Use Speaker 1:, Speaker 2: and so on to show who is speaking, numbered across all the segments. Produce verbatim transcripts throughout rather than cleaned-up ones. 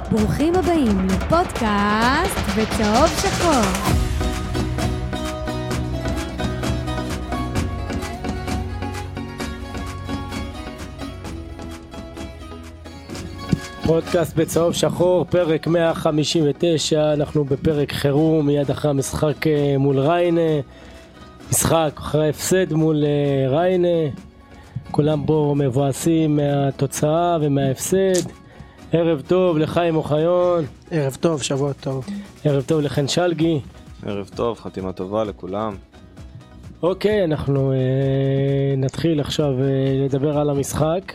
Speaker 1: ברוכים הבאים לפודקאסט בצהוב שחור.
Speaker 2: פודקאסט בצהוב שחור, פרק מאה חמישים ותשע, אנחנו בפרק חירום מיד אחרי המשחק מול ריינה, משחק אחרי הפסד מול ריינה, כולם בו מבואסים מהתוצאה ומההפסד. ערב טוב לחיים אוחיון.
Speaker 3: ערב טוב, שבוע טוב.
Speaker 2: ערב טוב לחן שלגי.
Speaker 4: ערב טוב, חתימה טובה לכולם.
Speaker 2: אוקיי, אנחנו אה, נתחיל עכשיו אה, לדבר על המשחק.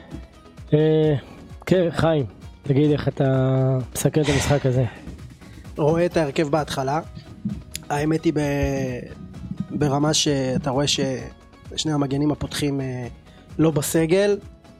Speaker 2: אה, כן, חיים, תגיד איך אתה מסכם את המשחק הזה.
Speaker 3: רואה את ההרכב בהתחלה. האמת היא ב... ברמה שאתה רואה ששני המגנים הפותחים אה, לא בסגל.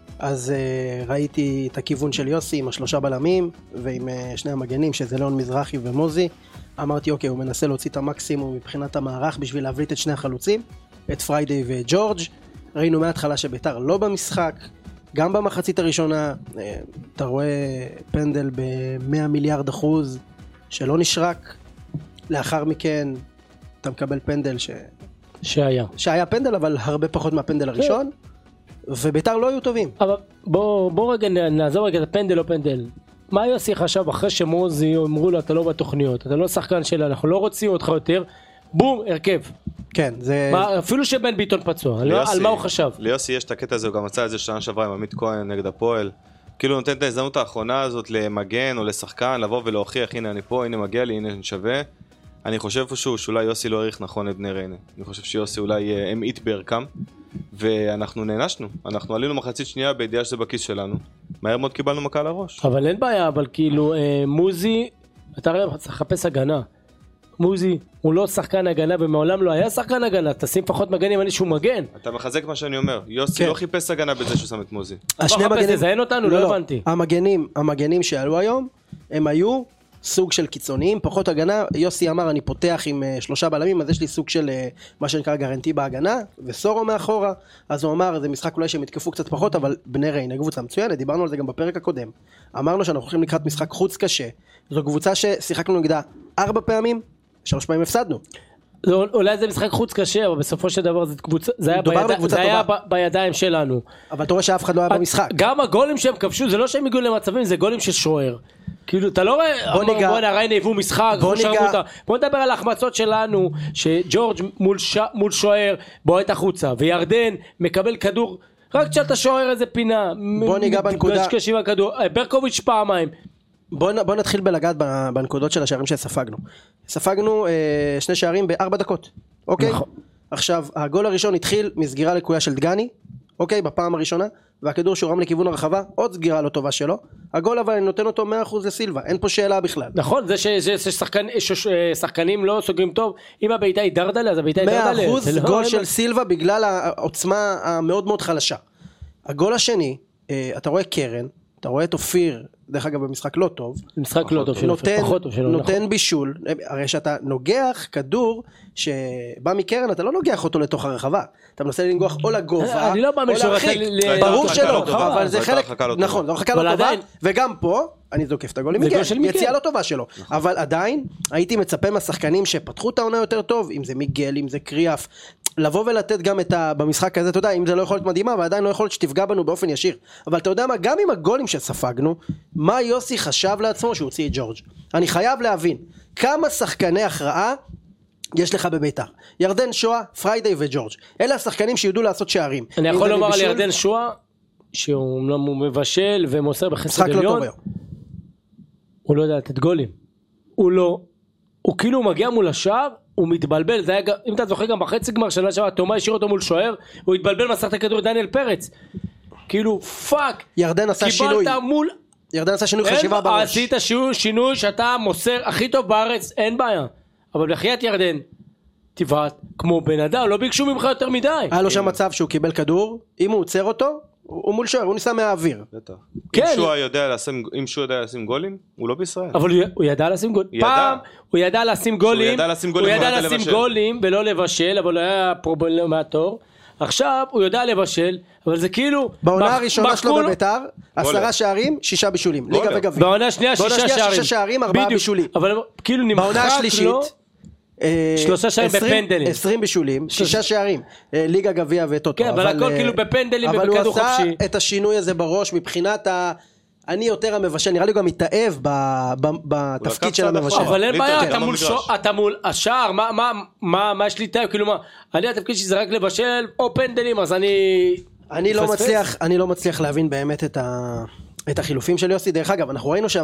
Speaker 3: אז uh, ראיתי את הכיוון של יוסי עם השלושה בלמים ועם uh, שני המגנים שזה ליאון מזרחי ומוזי. אמרתי אוקיי, הוא מנסה להוציא את המקסימום מבחינת המערך בשביל להבליט את שני החלוצים, את פריידי וג'ורג'. ראינו מההתחלה שביתר לא במשחק, גם במחצית הראשונה uh, אתה רואה פנדל ב-מאה מיליארד אחוז שלא נשרק. לאחר מכן אתה מקבל פנדל ש...
Speaker 2: שהיה
Speaker 3: שהיה פנדל אבל הרבה פחות מהפנדל הראשון. וביתר לא היו טובים.
Speaker 2: אבל בוא, בוא רגע נעזור רגע את הפנדל או פנדל. מה יוסי חשב אחרי שמוזי אמרו לו אתה לא בתוכניות, אתה לא שחקן שלה, אנחנו לא רוצים אותך יותר, בום, הרכב.
Speaker 3: כן, זה...
Speaker 2: מה, אפילו שבן ביטון פצוע, ליוסי, על מה הוא חשב?
Speaker 4: ליוסי יש את הקטע הזה, הוא גם מצא את זה שנה שעברה עם עמית כהן נגד הפועל. כאילו נותן את ההזדמנות האחרונה הזאת למגן או לשחקן, לבוא ולהוכיח, הנה אני פה, הנה מגיע לי, הנה אני שווה. אני חושב פשוט שאולי יוסי לא העריך נכון את בני ריינה. אני חושב שיוסי אולי המעיט בערכם, ואנחנו נענשנו. אנחנו עלינו מחצית שנייה בידיעה שזה בכיס שלנו. מהר מאוד קיבלנו מכה לראש.
Speaker 2: אבל אין בעיה, אבל כאילו מוזי, אתה רואה, צריך לחפש הגנה. מוזי הוא לא שחקן הגנה ומעולם לא היה שחקן הגנה, תשים פחות מגנים, אני שהוא מגן.
Speaker 4: אתה מחזק מה שאני אומר, יוסי לא חיפש הגנה בזה שהוא שם את מוזי.
Speaker 2: השני מגנים, תזיין אותנו, לא הבנתי.
Speaker 3: המגנים, המגנים שעלו היום, הם היו סוג של קיצוניים, פחות הגנה. יוסי אמר אני פותח עם uh, שלושה בלמים, אז יש לי סוג של uh, מה שנקרא גרנטי בהגנה, וסורו מאחורה. אז הוא אמר זה משחק אולי שהם יתקפו קצת פחות, אבל בני ריינה קבוצה מצוינת, דיברנו על זה גם בפרק הקודם. אמרנו שאנחנו הולכים לקראת משחק חוץ קשה, זו קבוצה ששיחקנו נגדה ארבע פעמים, שלוש פעמים הפסדנו.
Speaker 2: אולי זה משחק חוץ קשה, אבל בסופו של דבר זה קבוצה, זה היה, ביד... זה היה ב... בידיים שלנו.
Speaker 3: אבל אתה רואה שאף אחד לא היה במשחק.
Speaker 2: גם הגולים שהם כבשו, זה לא שהם הגיעו למצבים, זה גולים של שוער. כאילו אתה לא רואה, בוא ניגע, בוא נראה נהיבו משחק, בוא ניגע, בוא נדבר על ההחמצות שלנו, שג'ורג' מול, ש... מול שוער בועט החוצה, וירדן מקבל כדור, רק כשאתה שוער איזה פינה,
Speaker 3: בוא ניגע בנקודה,
Speaker 2: ברקוביץ' פעמיים.
Speaker 3: בוא, בוא נתחיל בלגעת בנקודות של השערים שספגנו. ספגנו אה, שני שערים בארבע דקות, אוקיי? נכון. עכשיו, הגול הראשון התחיל מסגירה לקויה של דגני, אוקיי, בפעם הראשונה, והכדור שורם לכיוון הרחבה, עוד סגירה לא טובה שלו. הגול אבל אני נותן אותו מאה אחוז לסילבה, אין פה שאלה בכלל.
Speaker 2: נכון, זה ששחקנים לא סוגרים טוב, אם הביתה היא דרדלה, אז הביתה היא דרדלה.
Speaker 3: מאה אחוז גול של סילבה בגלל העוצמה המאוד מאוד חלשה. הגול השני, אתה רואה קרן, אתה רואה את אופיר, דרך אגב במשחק לא טוב,
Speaker 2: משחק לא טוב של אופיר, פחות טוב שלו,
Speaker 3: נותן בישול, הרי שאתה נוגח כדור שבא מקרן, אתה לא נוגח אותו לתוך הרחבה, אתה מנסה לנגוח או לגובה,
Speaker 2: אני לא בא
Speaker 3: להרחיק, ברור שלא, אבל זה חלק, נכון, זו הרחקה לא טובה, וגם פה, אני זוקף את הגול למיקל, יציאה לא טובה שלו, אבל עדיין הייתי מצפה מהשחקנים שפתחו את העונה יותר טוב, אם זה מיגל, אם זה קריאף, לבוא ולתת גם את ה... במשחק הזה, אתה יודע, אם זה לא יכול להיות מדהימה, ועדיין לא יכול להיות שתפגע בנו באופן ישיר. אבל אתה יודע מה, גם עם הגולים שספגנו, מה יוסי חשב לעצמו שהוא הוציא את ג'ורג'? אני חייב להבין, כמה שחקני הכרעה יש לך בביתר? ירדן שואה, פריידי וג'ורג'. אלה השחקנים שיודעו לעשות שערים.
Speaker 2: אני יכול לומר על ירדן שואה, שהוא מבשל ומוסר בחסד עליון. הוא לא יודע לתת גולים. הוא לא... הוא כאילו מגיע מול השער, הוא מתבלבל, זה היה, אם אתה זוכר גם בחצי גמר שנה שעברה, תומה השאיר אותו מול שוער, הוא התבלבל מסך את הכדור דניאל פרץ. כאילו, פאק.
Speaker 3: ירדן עשה שינוי.
Speaker 2: קיבלת מול...
Speaker 3: ירדן עשה שינוי חשיבה בראש.
Speaker 2: עשית שינוי שאתה מוסר הכי טוב בארץ, אין בעיה. אבל בחיית ירדן, תבעט כמו בן אדם, לא ביקשו ממך יותר מדי.
Speaker 3: היה לו שם מצב שהוא קיבל כדור, אם הוא עוצר אותו, הוא מול שוער, הוא ניסה מהאוויר.
Speaker 4: בטח. אם שועה יודע לשים, אם שועה יודע לשים גולים, הוא לא בישראל.
Speaker 2: אבל הוא ידע לשים גולים. פעם הוא ידע לשים גולים, הוא ידע לשים גולים ולא לבשל, אבל הוא היה פרובלמטור. עכשיו הוא יודע לבשל, אבל זה כאילו...
Speaker 3: בעונה הראשונה שלו בביתר, עשרה שערים, שישה בישולים. ליגה וגביע.
Speaker 2: בעונה השנייה שישה שערים.
Speaker 3: ארבעה בישולים.
Speaker 2: אבל כאילו נמחק לו... שלושה שערים בפנדלים.
Speaker 3: עשרים בישולים, שישה שערים. ליגה גביע וטוטו.
Speaker 2: כן, אבל הכל כאילו בפנדלים ובכדור חופשי.
Speaker 3: אבל הוא עשה את השינוי הזה בראש מבחינת ה... אני יותר המבשל, נראה לי גם מתאהב בתפקיד של המבשל.
Speaker 2: אבל אין בעיה, אתה מול השער, מה יש לי תאהב? כאילו מה, אני התפקיד שלי זה רק לבשל או פנדלים, אז אני...
Speaker 3: אני לא מצליח להבין באמת את החילופים של יוסי. דרך אגב, אנחנו ראינו שם...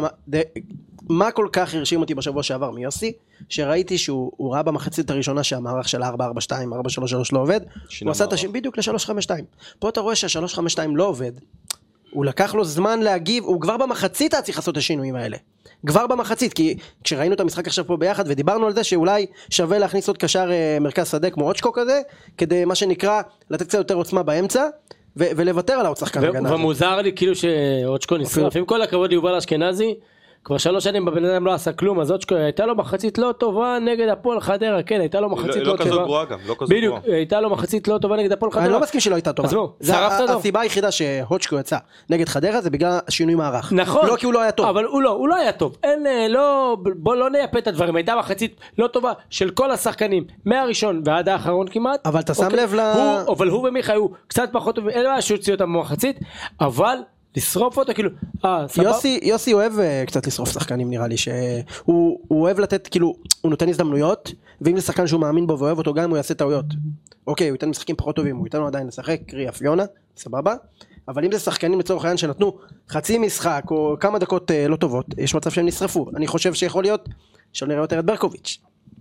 Speaker 3: מה כל כך הרשים אותי בשבוע שעבר מיוסי, שראיתי שהוא ראה במחצית הראשונה שהמערך של ארבע ארבע שתיים, ארבע שלוש שלוש לא עובד, הוא עשה את השם בדיוק ל-שלוש חמש שתיים. פה אתה רואה שה-שלוש חמש שתיים לא עובד, הוא לקח לו זמן להגיב, הוא כבר במחצית היה צריך לעשות את השינויים האלה. כבר במחצית, כי כשראינו את המשחק עכשיו פה ביחד, ודיברנו על זה שאולי שווה להכניס עוד קשר מרכז שדה כמו אוצ'קו כזה, כדי מה שנקרא לתת קצת יותר עוצמה באמצע, ולוותר על עוד שחקן הגנה.
Speaker 2: ומוזר לי כאילו שאוצ'קו נשרף, עם כל הכבוד ליובל אשכנזי, כבר שלוש שנים בבן אדם לא עשה כלום, אז אוצ'קו הייתה לו מחצית לא טובה נגד הפועל חדרה, כן, הייתה לו מחצית לא טובה.
Speaker 4: לא כזאת גרועה גם, לא כזאת גרועה.
Speaker 2: בדיוק, הייתה לו מחצית לא טובה נגד הפועל חדרה.
Speaker 3: אני לא מסכים שלא הייתה טובה.
Speaker 2: אז בואו, שרפת אותו.
Speaker 3: הסיבה היחידה שאוצ'קו יצא נגד חדרה זה בגלל שינוי מערך.
Speaker 2: נכון.
Speaker 3: לא כי הוא לא היה טוב.
Speaker 2: אבל הוא לא, הוא לא היה טוב. אין, לא, בוא לא נייפה את הדברים. הייתה מחצית לא טובה של כל השחקנים, מהראשון ועד האחרון כמעט.
Speaker 3: אבל אתה שם לב ל...
Speaker 2: אבל הוא ומיכה היו קצת פחות טובים, אין מה שהוציא אותם במחצית, אבל לשרוף אותו כאילו, אה, סבב.
Speaker 3: יוסי, יוסי אוהב קצת לשרוף שחקנים נראה לי, שהוא אוהב לתת כאילו, הוא נותן הזדמנויות, ואם זה שחקן שהוא מאמין בו ואוהב אותו גם הוא יעשה טעויות. אוקיי, הוא ייתן משחקים פחות טובים, הוא ייתן לו עדיין לשחק, קרי אפיונה, סבבה, אבל אם זה שחקנים לצורך העניין שנתנו חצי משחק או כמה דקות לא טובות, יש מצב שהם נשרפו. אני חושב שיכול להיות שלא נראה יותר את ברקוביץ'.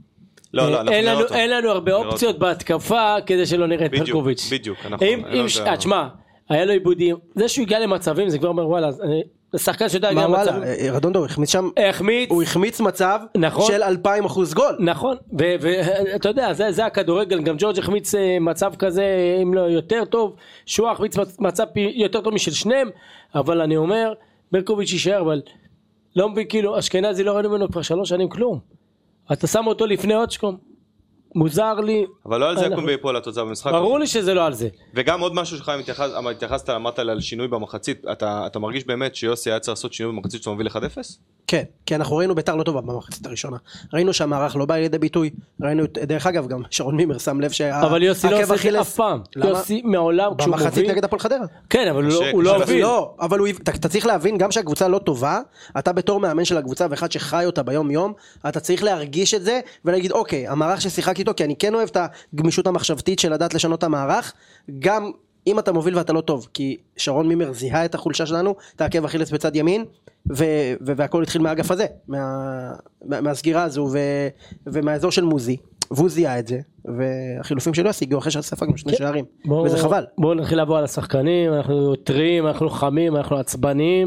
Speaker 4: לא, לא,
Speaker 2: אין לנו, אין לנו הרבה אופציות בהתקפה כדי שלא נראה את ברקוביץ'.
Speaker 4: בדיוק, אנחנו...
Speaker 2: תשמע, היה לו עיבודים, זה שהוא הגיע למצבים, זה כבר אומר וואלה, שחקן שיודע גם מצבים.
Speaker 3: רדונדו, הוא החמיץ שם,
Speaker 2: החמיץ,
Speaker 3: הוא החמיץ מצב של אלפיים אחוז גול.
Speaker 2: נכון, ואתה יודע, זה הכדורגל, גם ג'ורג' החמיץ מצב כזה, אם לא יותר טוב, שהוא החמיץ מצב יותר טוב משל שניהם, אבל אני אומר, ברקוביץ' יישאר, אבל לא מבין, כאילו, אשכנזי לא ראינו ממנו כבר שלוש שנים כלום. אתה שם אותו לפני אוצ'קו, מוזר לי.
Speaker 4: אבל לא על זה יקום ויפול התוצאה במשחק.
Speaker 2: ברור לי שזה לא על זה.
Speaker 4: וגם עוד משהו שלך, אם התייחסת, אמרת על שינוי במחצית, אתה מרגיש באמת שיוסי היה צריך לעשות שינוי במחצית שאתה מוביל אחד אפס?
Speaker 3: כן, כי אנחנו ראינו ביתר לא טובה במחצית הראשונה. ראינו שהמערך לא בא לידי ביטוי, ראינו, דרך אגב, גם שרון מימר שם לב שהעקב
Speaker 2: אבל יוסי לא עושה את זה אף פעם. יוסי מעולם כשהוא מוביל.
Speaker 3: במחצית נגד הפועל חדרה.
Speaker 2: כן, אבל הוא לא הוביל.
Speaker 3: לא, אבל אתה צריך להבין, גם שהקבוצה לא טובה, אתה בתור מאמן של הקבוצה ואחד שחי אותה ביום יום, אתה צריך להרגיש את זה ולהגיד, אוקיי, המערך ששיחק איתו, כי אני כן אוהב את הגמישות המחשבתית של לדעת לשנות את המערך, גם אם אתה מוביל ואתה לא טוב, כי שרון מימר זיהה את החולשה שלנו, את העקב אכילס בצד ימין, והכל התחיל מהאגף הזה, מהסגירה הזו, ומהאזור של מוזי, והוא זיהה את זה, והחילופים שלו השיגו אחרי שספגנו שני שערים, וזה חבל.
Speaker 2: בואו נתחיל לעבור על השחקנים, אנחנו טריים, אנחנו חמים, אנחנו עצבניים,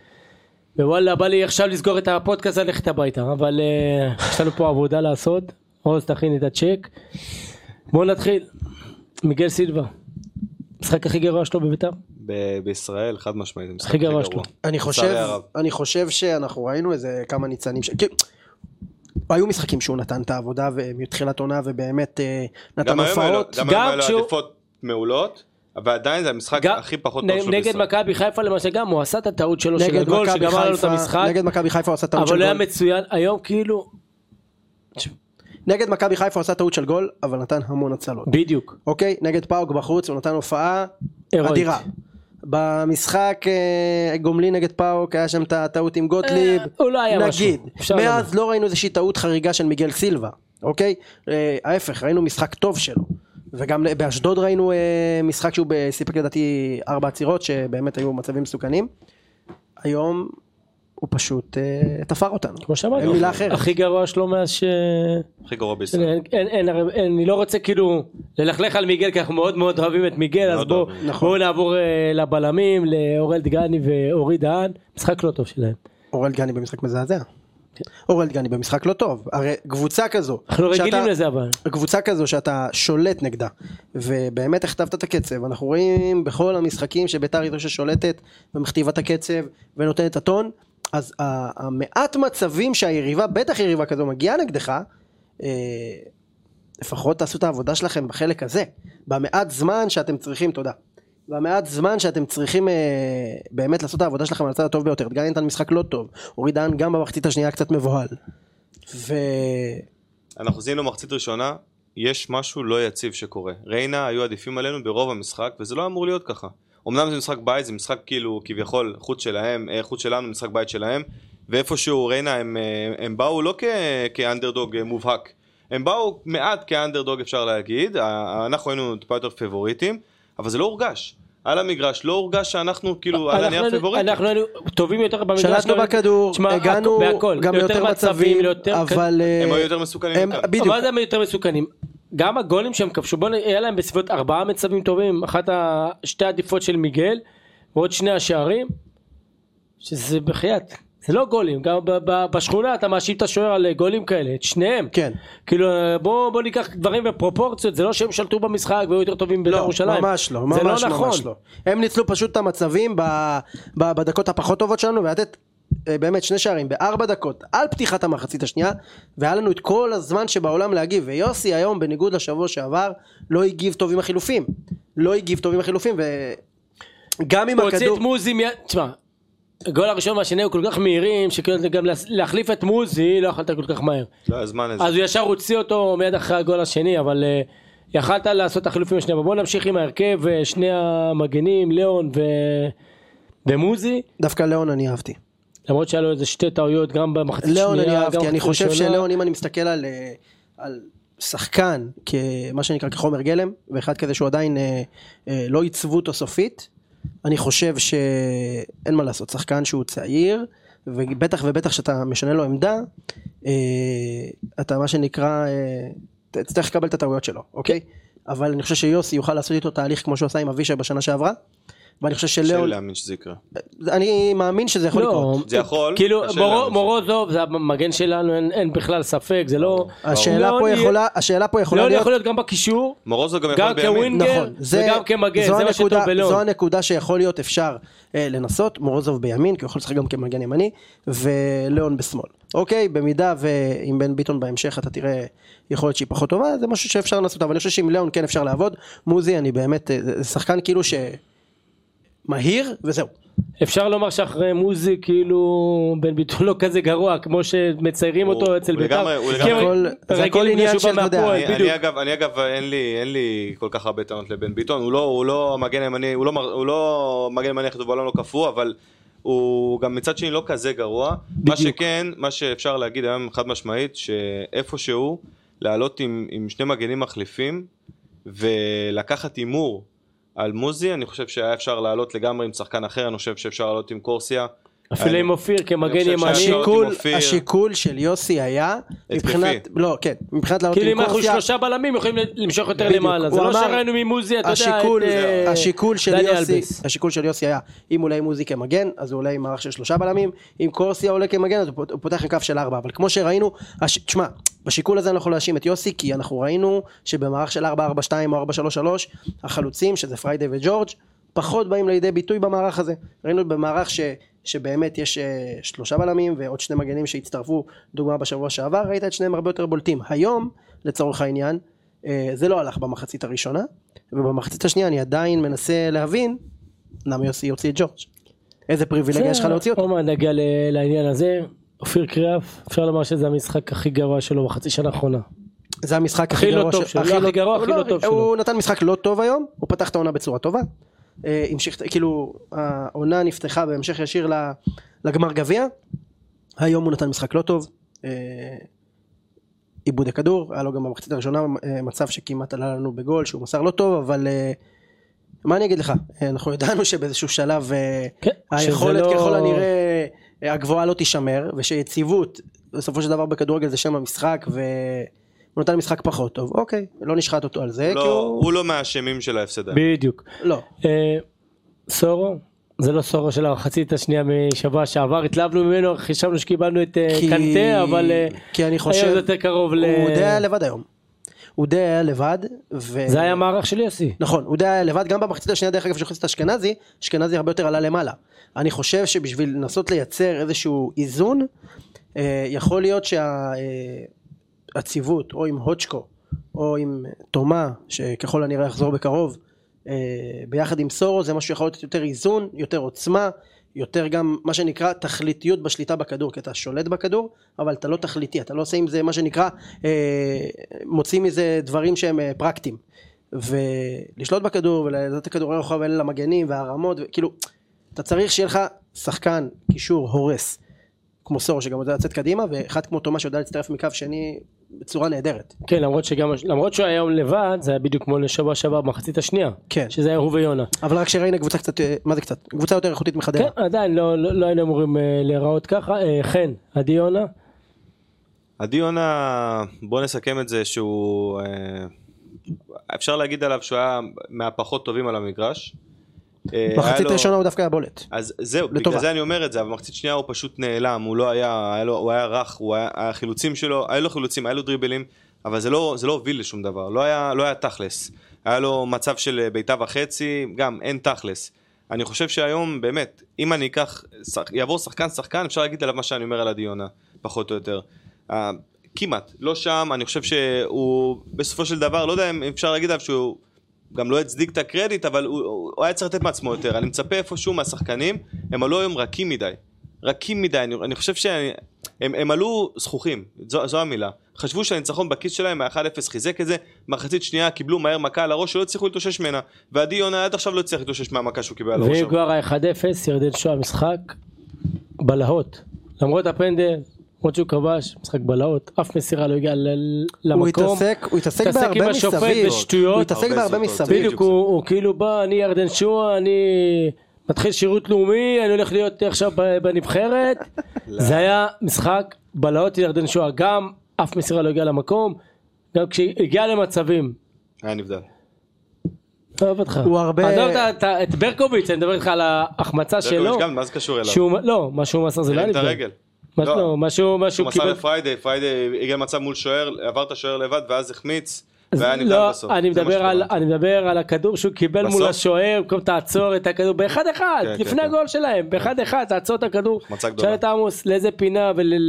Speaker 2: ווואלה, בא לי עכשיו לסגור את הפודקאסט, ללכת הביתה, אבל יש לנו פה עבודה לעשות, עוז תכין את הצ'ק. בואו נתחיל. מיגל סילבה, משחק הכי גרוע שלו בביתר?
Speaker 4: בישראל, חד משמעית, משחק
Speaker 2: הכי גרוע שלו.
Speaker 3: אני חושב, אני חושב שאנחנו ראינו איזה כמה ניצנים, היו משחקים שהוא נתן את העבודה ומתחילת עונה ובאמת נתן הופעות.
Speaker 4: גם היום היו עדיפות מעולות, אבל עדיין זה המשחק הכי פחות טוב שלו בישראל.
Speaker 2: נגד מכבי חיפה למשל גם, הוא עשה את הטעות שלו של הגול שגמר לו את המשחק.
Speaker 3: נגד מכבי חיפה הוא עשה טעות של
Speaker 2: גול.
Speaker 3: גול.
Speaker 2: אבל היה מצוין, היום כאילו...
Speaker 3: נגד מכבי חיפה הוא עשה טעות של גול, אבל נתן המון הצלות.
Speaker 2: בדיוק.
Speaker 3: אוקיי, נגד פאוק בחוץ הוא נתן הופעה אדירה. במשחק גומלי נגד פאוק היה שם את הטעות עם גוטליב.
Speaker 2: הוא לא היה משהו.
Speaker 3: נגיד, מאז לא ראינו איזושהי טעות חריגה של מיגל סילבה. אוקיי? ההפך, ראינו משחק טוב שלו. וגם באשדוד ראינו משחק שהוא סיפק לדעתי ארבע עצירות, שבאמת היו מצבים מסוכנים. היום... הוא פשוט תפר אותנו.
Speaker 2: כמו שאמרתי, הכי גרוע שלו מאז ש...
Speaker 4: הכי גרוע בישראל.
Speaker 2: אני לא רוצה כאילו ללכלך על מיגל, כי אנחנו מאוד מאוד אוהבים את מיגל, אז בואו נעבור לבלמים, לאורל דגני ואורי דהן, משחק לא טוב שלהם.
Speaker 3: אורל דגני במשחק מזעזע. אורל דגני במשחק לא טוב. הרי קבוצה כזו,
Speaker 2: אנחנו רגילים לזה אבל.
Speaker 3: קבוצה כזו שאתה שולט נגדה, ובאמת הכתבת את הקצב, אנחנו רואים בכל המשחקים שביתר היא זו ששולטת ומכתיבה את הקצב ונותנת את הטון, אז המעט מצבים שהיריבה, בטח יריבה כזו מגיעה נגדך, לפחות תעשו את העבודה שלכם בחלק הזה, במעט זמן שאתם צריכים, תודה, במעט זמן שאתם צריכים אה, באמת לעשות את העבודה שלכם על הצד הטוב ביותר. גיא נתן משחק לא טוב, אורי דהן גם במחצית השנייה קצת מבוהל. ו...
Speaker 4: אנחנו זיהינו מחצית ראשונה, יש משהו לא יציב שקורה. ריינה היו עדיפים עלינו ברוב המשחק, וזה לא אמור להיות ככה. אמנם זה משחק בית, זה משחק כאילו כביכול חוץ שלהם, חוץ שלנו, משחק בית שלהם, ואיפשהו ריינה הם, הם באו לא כ, כאנדרדוג מובהק, הם באו מעט כאנדרדוג אפשר להגיד, אנחנו היינו טיפה יותר פבוריטים, אבל זה לא הורגש. על המגרש לא הורגש שאנחנו כאילו על הנייר פבוריטים.
Speaker 2: אנחנו היינו טובים יותר במגרש.
Speaker 3: שלטנו בכדור, הגענו גם ליותר מצבים, אבל
Speaker 4: הם היו יותר מסוכנים.
Speaker 2: אבל הם יותר מסוכנים. גם הגולים שהם כבשו, בוא נראה להם בסביבות ארבעה מצבים טובים, אחת שתי עדיפות של מיגל, ועוד שני השערים, שזה בחייאת. זה לא גולים, גם בשכונה אתה מאשים את השוער על גולים כאלה, את שניהם.
Speaker 3: כן.
Speaker 2: כאילו בוא, בוא ניקח דברים בפרופורציות, זה לא שהם שלטו במשחק והיו יותר טובים בית"ר ירושלים.
Speaker 3: לא, ממש לא, ממש,
Speaker 2: זה לא
Speaker 3: ממש
Speaker 2: נכון.
Speaker 3: לא. הם ניצלו פשוט את המצבים בדקות הפחות טובות שלנו, ולתת באמת שני שערים בארבע דקות על פתיחת המחצית השנייה, והיה לנו את כל הזמן שבעולם להגיב, ויוסי היום בניגוד לשבוע שעבר לא הגיב טוב עם החילופים. לא הגיב טוב עם החילופים, וגם עם הכדור...
Speaker 2: הוציא את מוזי, תשמע, הגול הראשון והשני הוא כל כך מהירים, שגם להחליף את מוזי לא יכולת כל כך מהר.
Speaker 4: לא, הזמן הזה.
Speaker 2: אז הוא ישר הוציא אותו מיד אחרי הגול השני, אבל uh, יכלת לעשות את החילופים השני. אבל בואו נמשיך עם ההרכב, שני המגנים, ליאון ו... ומוזי.
Speaker 3: דווקא ליאון אני אהבתי.
Speaker 2: למרות שהיה לו איזה שתי טעויות גם במחצית שנייה.
Speaker 3: ליאון אני אהבתי, אני חושב שליאון, אם אני מסתכל על, על שחקן, כמה שנקרא כחומר גלם, ואחד כזה שהוא עדיין אה, אה, לא ייצבו אותו סופית, אני חושב שאין מה לעשות, שחקן שהוא צעיר, ובטח ובטח שאתה משנה לו עמדה, אה, אתה מה שנקרא, אה, תצטרך לקבל את הטעויות שלו, אוקיי? אבל אני חושב שיוסי יוכל לעשות איתו תהליך כמו שהוא עשה עם אבישי בשנה שעברה, ואני חושב שלאון...
Speaker 4: שאני להאמין שזה יקרה.
Speaker 3: אני מאמין שזה יכול
Speaker 2: לא,
Speaker 3: לקרות.
Speaker 4: זה יכול.
Speaker 2: כאילו מור, מורוזוב זה המגן שלנו, אין, אין בכלל ספק, זה לא...
Speaker 3: השאלה פה יכולה, השאלה פה יכולה
Speaker 2: להיות...
Speaker 3: להיות...
Speaker 2: יכול להיות גם בקישור,
Speaker 4: מורוזוב גם
Speaker 2: גם
Speaker 4: יכול בימין.
Speaker 2: כווינגר,
Speaker 3: נכון, זה,
Speaker 2: וגם כמגן, זה מה שטוב בלאון.
Speaker 3: זו הנקודה שיכול להיות אפשר אה, לנסות, מורוזוב בימין, כי הוא יכול לשחק גם כמגן ימני, ולאון בשמאל. אוקיי, במידה ועם בן ביטון בהמשך אתה תראה יכול להיות שהיא פחות טובה, זה משהו שאפשר לנסות, אבל אני חושב שעם לאון כן אפשר לעבוד. מוזי, אני באמת, זה שחקן כאילו ש... מהיר וזהו.
Speaker 2: אפשר לומר שאחרי מוזי כאילו בן ביטון לא כזה גרוע כמו שמציירים אותו אצל בית"ר.
Speaker 3: זה הכל עניין של תדע.
Speaker 4: אני אגב אין לי כל כך הרבה טענות לבן ביטון, הוא לא מגן ימני, הוא לא מגן ימני הכי טוב בעולם, לא קפוא, אבל הוא גם מצד שני לא כזה גרוע. מה שכן, מה שאפשר להגיד היום חד משמעית, שאיפשהו לעלות עם שני מגנים מחליפים ולקחת אימור על מוזי, אני חושב שהיה אפשר לעלות לגמרי עם שחקן אחר, אני חושב שאפשר לעלות עם קורסיה.
Speaker 2: אפילו עם אופיר כמגן ימני.
Speaker 3: השיקול של יוסי היה, מבחינת, לא, כן, מבחינת לעלות עם
Speaker 2: קורסיה. כאילו אם אנחנו שלושה בלמים, יכולים למשוך יותר למעלה. זה לא שראינו ממוזי, אתה יודע, את
Speaker 3: השיקול של יוסי היה, אם עולה עם מוזי כמגן, אז הוא עולה עם מערך של שלושה בלמים, אם קורסיה עולה כמגן, אז הוא פותח עם קו של ארבע, אבל כמו שראינו, תשמע, בשיקול הזה אנחנו להאשים את יוסי, כי אנחנו ראינו שבמערך של ארבע ארבע שתיים או ארבע שלוש שלוש, החלוצים, שזה פריידי וג'ורג', פחות באים לידי ביטוי במערך הזה. ראינו במערך ש, שבאמת יש uh, שלושה בלמים ועוד שני מגנים שהצטרפו, דוגמה בשבוע שעבר, ראית את שניהם הרבה יותר בולטים. היום, לצורך העניין, uh, זה לא הלך במחצית הראשונה, ובמחצית השנייה אני עדיין מנסה להבין, למה יוסי יוציא את ג'ורג'. איזה פריבילגיה יש לך להוציא אותו?
Speaker 2: עוד מעט נגיע לעניין הזה. אופיר קריאף, אפשר לומר שזה המשחק הכי גרוע שלו בחצי שנה האחרונה.
Speaker 3: זה המשחק הכי גרוע
Speaker 2: שלו, הכי גרוע, הכי לא טוב שלו.
Speaker 3: הוא נתן משחק לא טוב היום, הוא פתח את העונה בצורה טובה. המשיך, כאילו, העונה נפתחה בהמשך ישיר לגמר גביע. היום הוא נתן משחק לא טוב. איבוד הכדור, היה לו גם במחצית הראשונה מצב שכמעט עלה לנו בגול, שהוא מסר לא טוב, אבל מה אני אגיד לך? אנחנו ידענו שבאיזשהו שלב היכולת ככל הנראה הגבוהה לא תישמר, ושיציבות בסופו של דבר בכדורגל זה שם המשחק, והוא נתן משחק פחות טוב. אוקיי, לא נשחט אותו על זה.
Speaker 4: הוא לא מהאשמים של ההפסדה.
Speaker 2: בדיוק.
Speaker 3: לא.
Speaker 2: סורו, זה לא סורו של המחצית השנייה משבוע שעבר, התלהבנו ממנו, חשבנו שקיבלנו את קנטה, אבל היה יותר קרוב ל...
Speaker 3: הוא די היה לבד היום. הוא די היה לבד.
Speaker 2: זה היה מערך של יוסי.
Speaker 3: נכון, הוא די היה לבד, גם במחצית השנייה דרך אגב שחוץ את אשכנזי, אשכנזי הרבה יותר עלה למעלה. אני חושב שבשביל לנסות לייצר איזשהו איזון, יכול להיות שהציוות, או עם הוצ'קו, או עם תומה, שככל הנראה יחזור בקרוב, ביחד עם סורו, זה משהו שיכול להיות יותר איזון, יותר עוצמה, יותר גם מה שנקרא תכליתיות בשליטה בכדור, כי אתה שולט בכדור, אבל אתה לא תכליתי, אתה לא עושה עם זה מה שנקרא, מוצאים מזה דברים שהם פרקטיים, ולשלוט בכדור, ולתת הכדורי רוחב האלה למגנים, והרמות, כאילו, אתה צריך שיהיה לך שחקן, קישור, הורס, כמו סורו, שגם יודע לצאת קדימה, ואחד כמו תומה שיודע להצטרף מקו שני, בצורה נהדרת.
Speaker 2: כן, למרות שגם, למרות שהוא היה היום לבד, זה היה בדיוק כמו לשבוע שעבר במחצית השנייה.
Speaker 3: כן.
Speaker 2: שזה היה הוא ויונה.
Speaker 3: אבל רק שראינה קבוצה קצת, מה זה קצת? קבוצה יותר איכותית מחדרה.
Speaker 2: כן, עדיין, לא, לא, לא היינו אמורים להיראות ככה. חן, עדי יונה?
Speaker 4: עדי יונה, בוא נסכם את זה שהוא, אפשר להגיד עליו שהוא היה מהפחות טובים על המגרש.
Speaker 3: מחצית ראשונה הוא דווקא היה בולט.
Speaker 4: אז זהו, בגלל זה אני אומר את זה, אבל במחצית שנייה הוא פשוט נעלם, הוא לא היה, היה לו, הוא היה רך, הוא היה, החילוצים שלו, היה לו חילוצים, היה לו דריבלים, אבל זה לא, זה לא הוביל לשום דבר, לא היה, לא היה תכלס. היה לו מצב של ביתה וחצי, גם אין תכלס. אני חושב שהיום באמת, אם אני אקח, יעבור שחקן שחקן, אפשר להגיד עליו מה שאני אומר על עדי יונה, פחות או יותר. כמעט, לא שם, אני חושב שהוא בסופו של דבר, לא יודע אם אפשר להגיד עליו שהוא גם לא הצדיק את הקרדיט, אבל הוא, הוא היה צריך לתת מעצמו יותר. אני מצפה איפשהו מהשחקנים, הם עלו היום רכים מדי. רכים מדי, אני, אני חושב שהם הם עלו זכוכים, זו, זו המילה. חשבו שהניצחון בכיס שלהם ה-אחד אפס חיזק את זה, מחצית שנייה קיבלו מהר מכה על הראש שלא הצליחו לתושש ממנה, ועדי יונה עד עכשיו לא הצליח לתושש מהמכה שהוא קיבל על הראש.
Speaker 2: והיא כבר ה-אחד אפס, ירדן שואה משחק בלהות. למרות הפנדל, למרות שהוא כבש, משחק בלהות, אף מסירה לא הגיע למקום.
Speaker 3: הוא התעסק, הוא התעסק בהרבה מסביב. הוא התעסק בהרבה מסביב.
Speaker 2: בדיוק, הוא כאילו בא, אני ירדן שואה, אני מתחיל שירות לאומי, אני הולך להיות עכשיו בנבחרת. זה היה משחק בלהות ירדן שואה, גם אף מסירה לא הגיע למקום, גם כשהגיע למצבים.
Speaker 4: היה נבדל.
Speaker 2: אוהב אותך.
Speaker 3: הוא הרבה...
Speaker 2: עזוב את ברקוביץ', אני מדבר איתך על ההחמצה שלו.
Speaker 4: ברקוביץ' גם, מה זה קשור אליו?
Speaker 2: לא, מה שהוא מסר זה לא נבדל. לא, משהו, משהו
Speaker 4: קיבל... הוא מסר לפריידי, פריידי הגיע מצב מול שוער, עבר את השוער לבד ואז החמיץ, והיה נבדל
Speaker 2: לא,
Speaker 4: בסוף.
Speaker 2: אני מדבר, על, אני מדבר על הכדור שהוא קיבל בסוף? מול השוער, במקום תעצור את הכדור, באחד אחד, כן, לפני כן, הגול כן. שלהם, באחד אחד, תעצור את הכדור, שאל את עמוס לאיזה פינה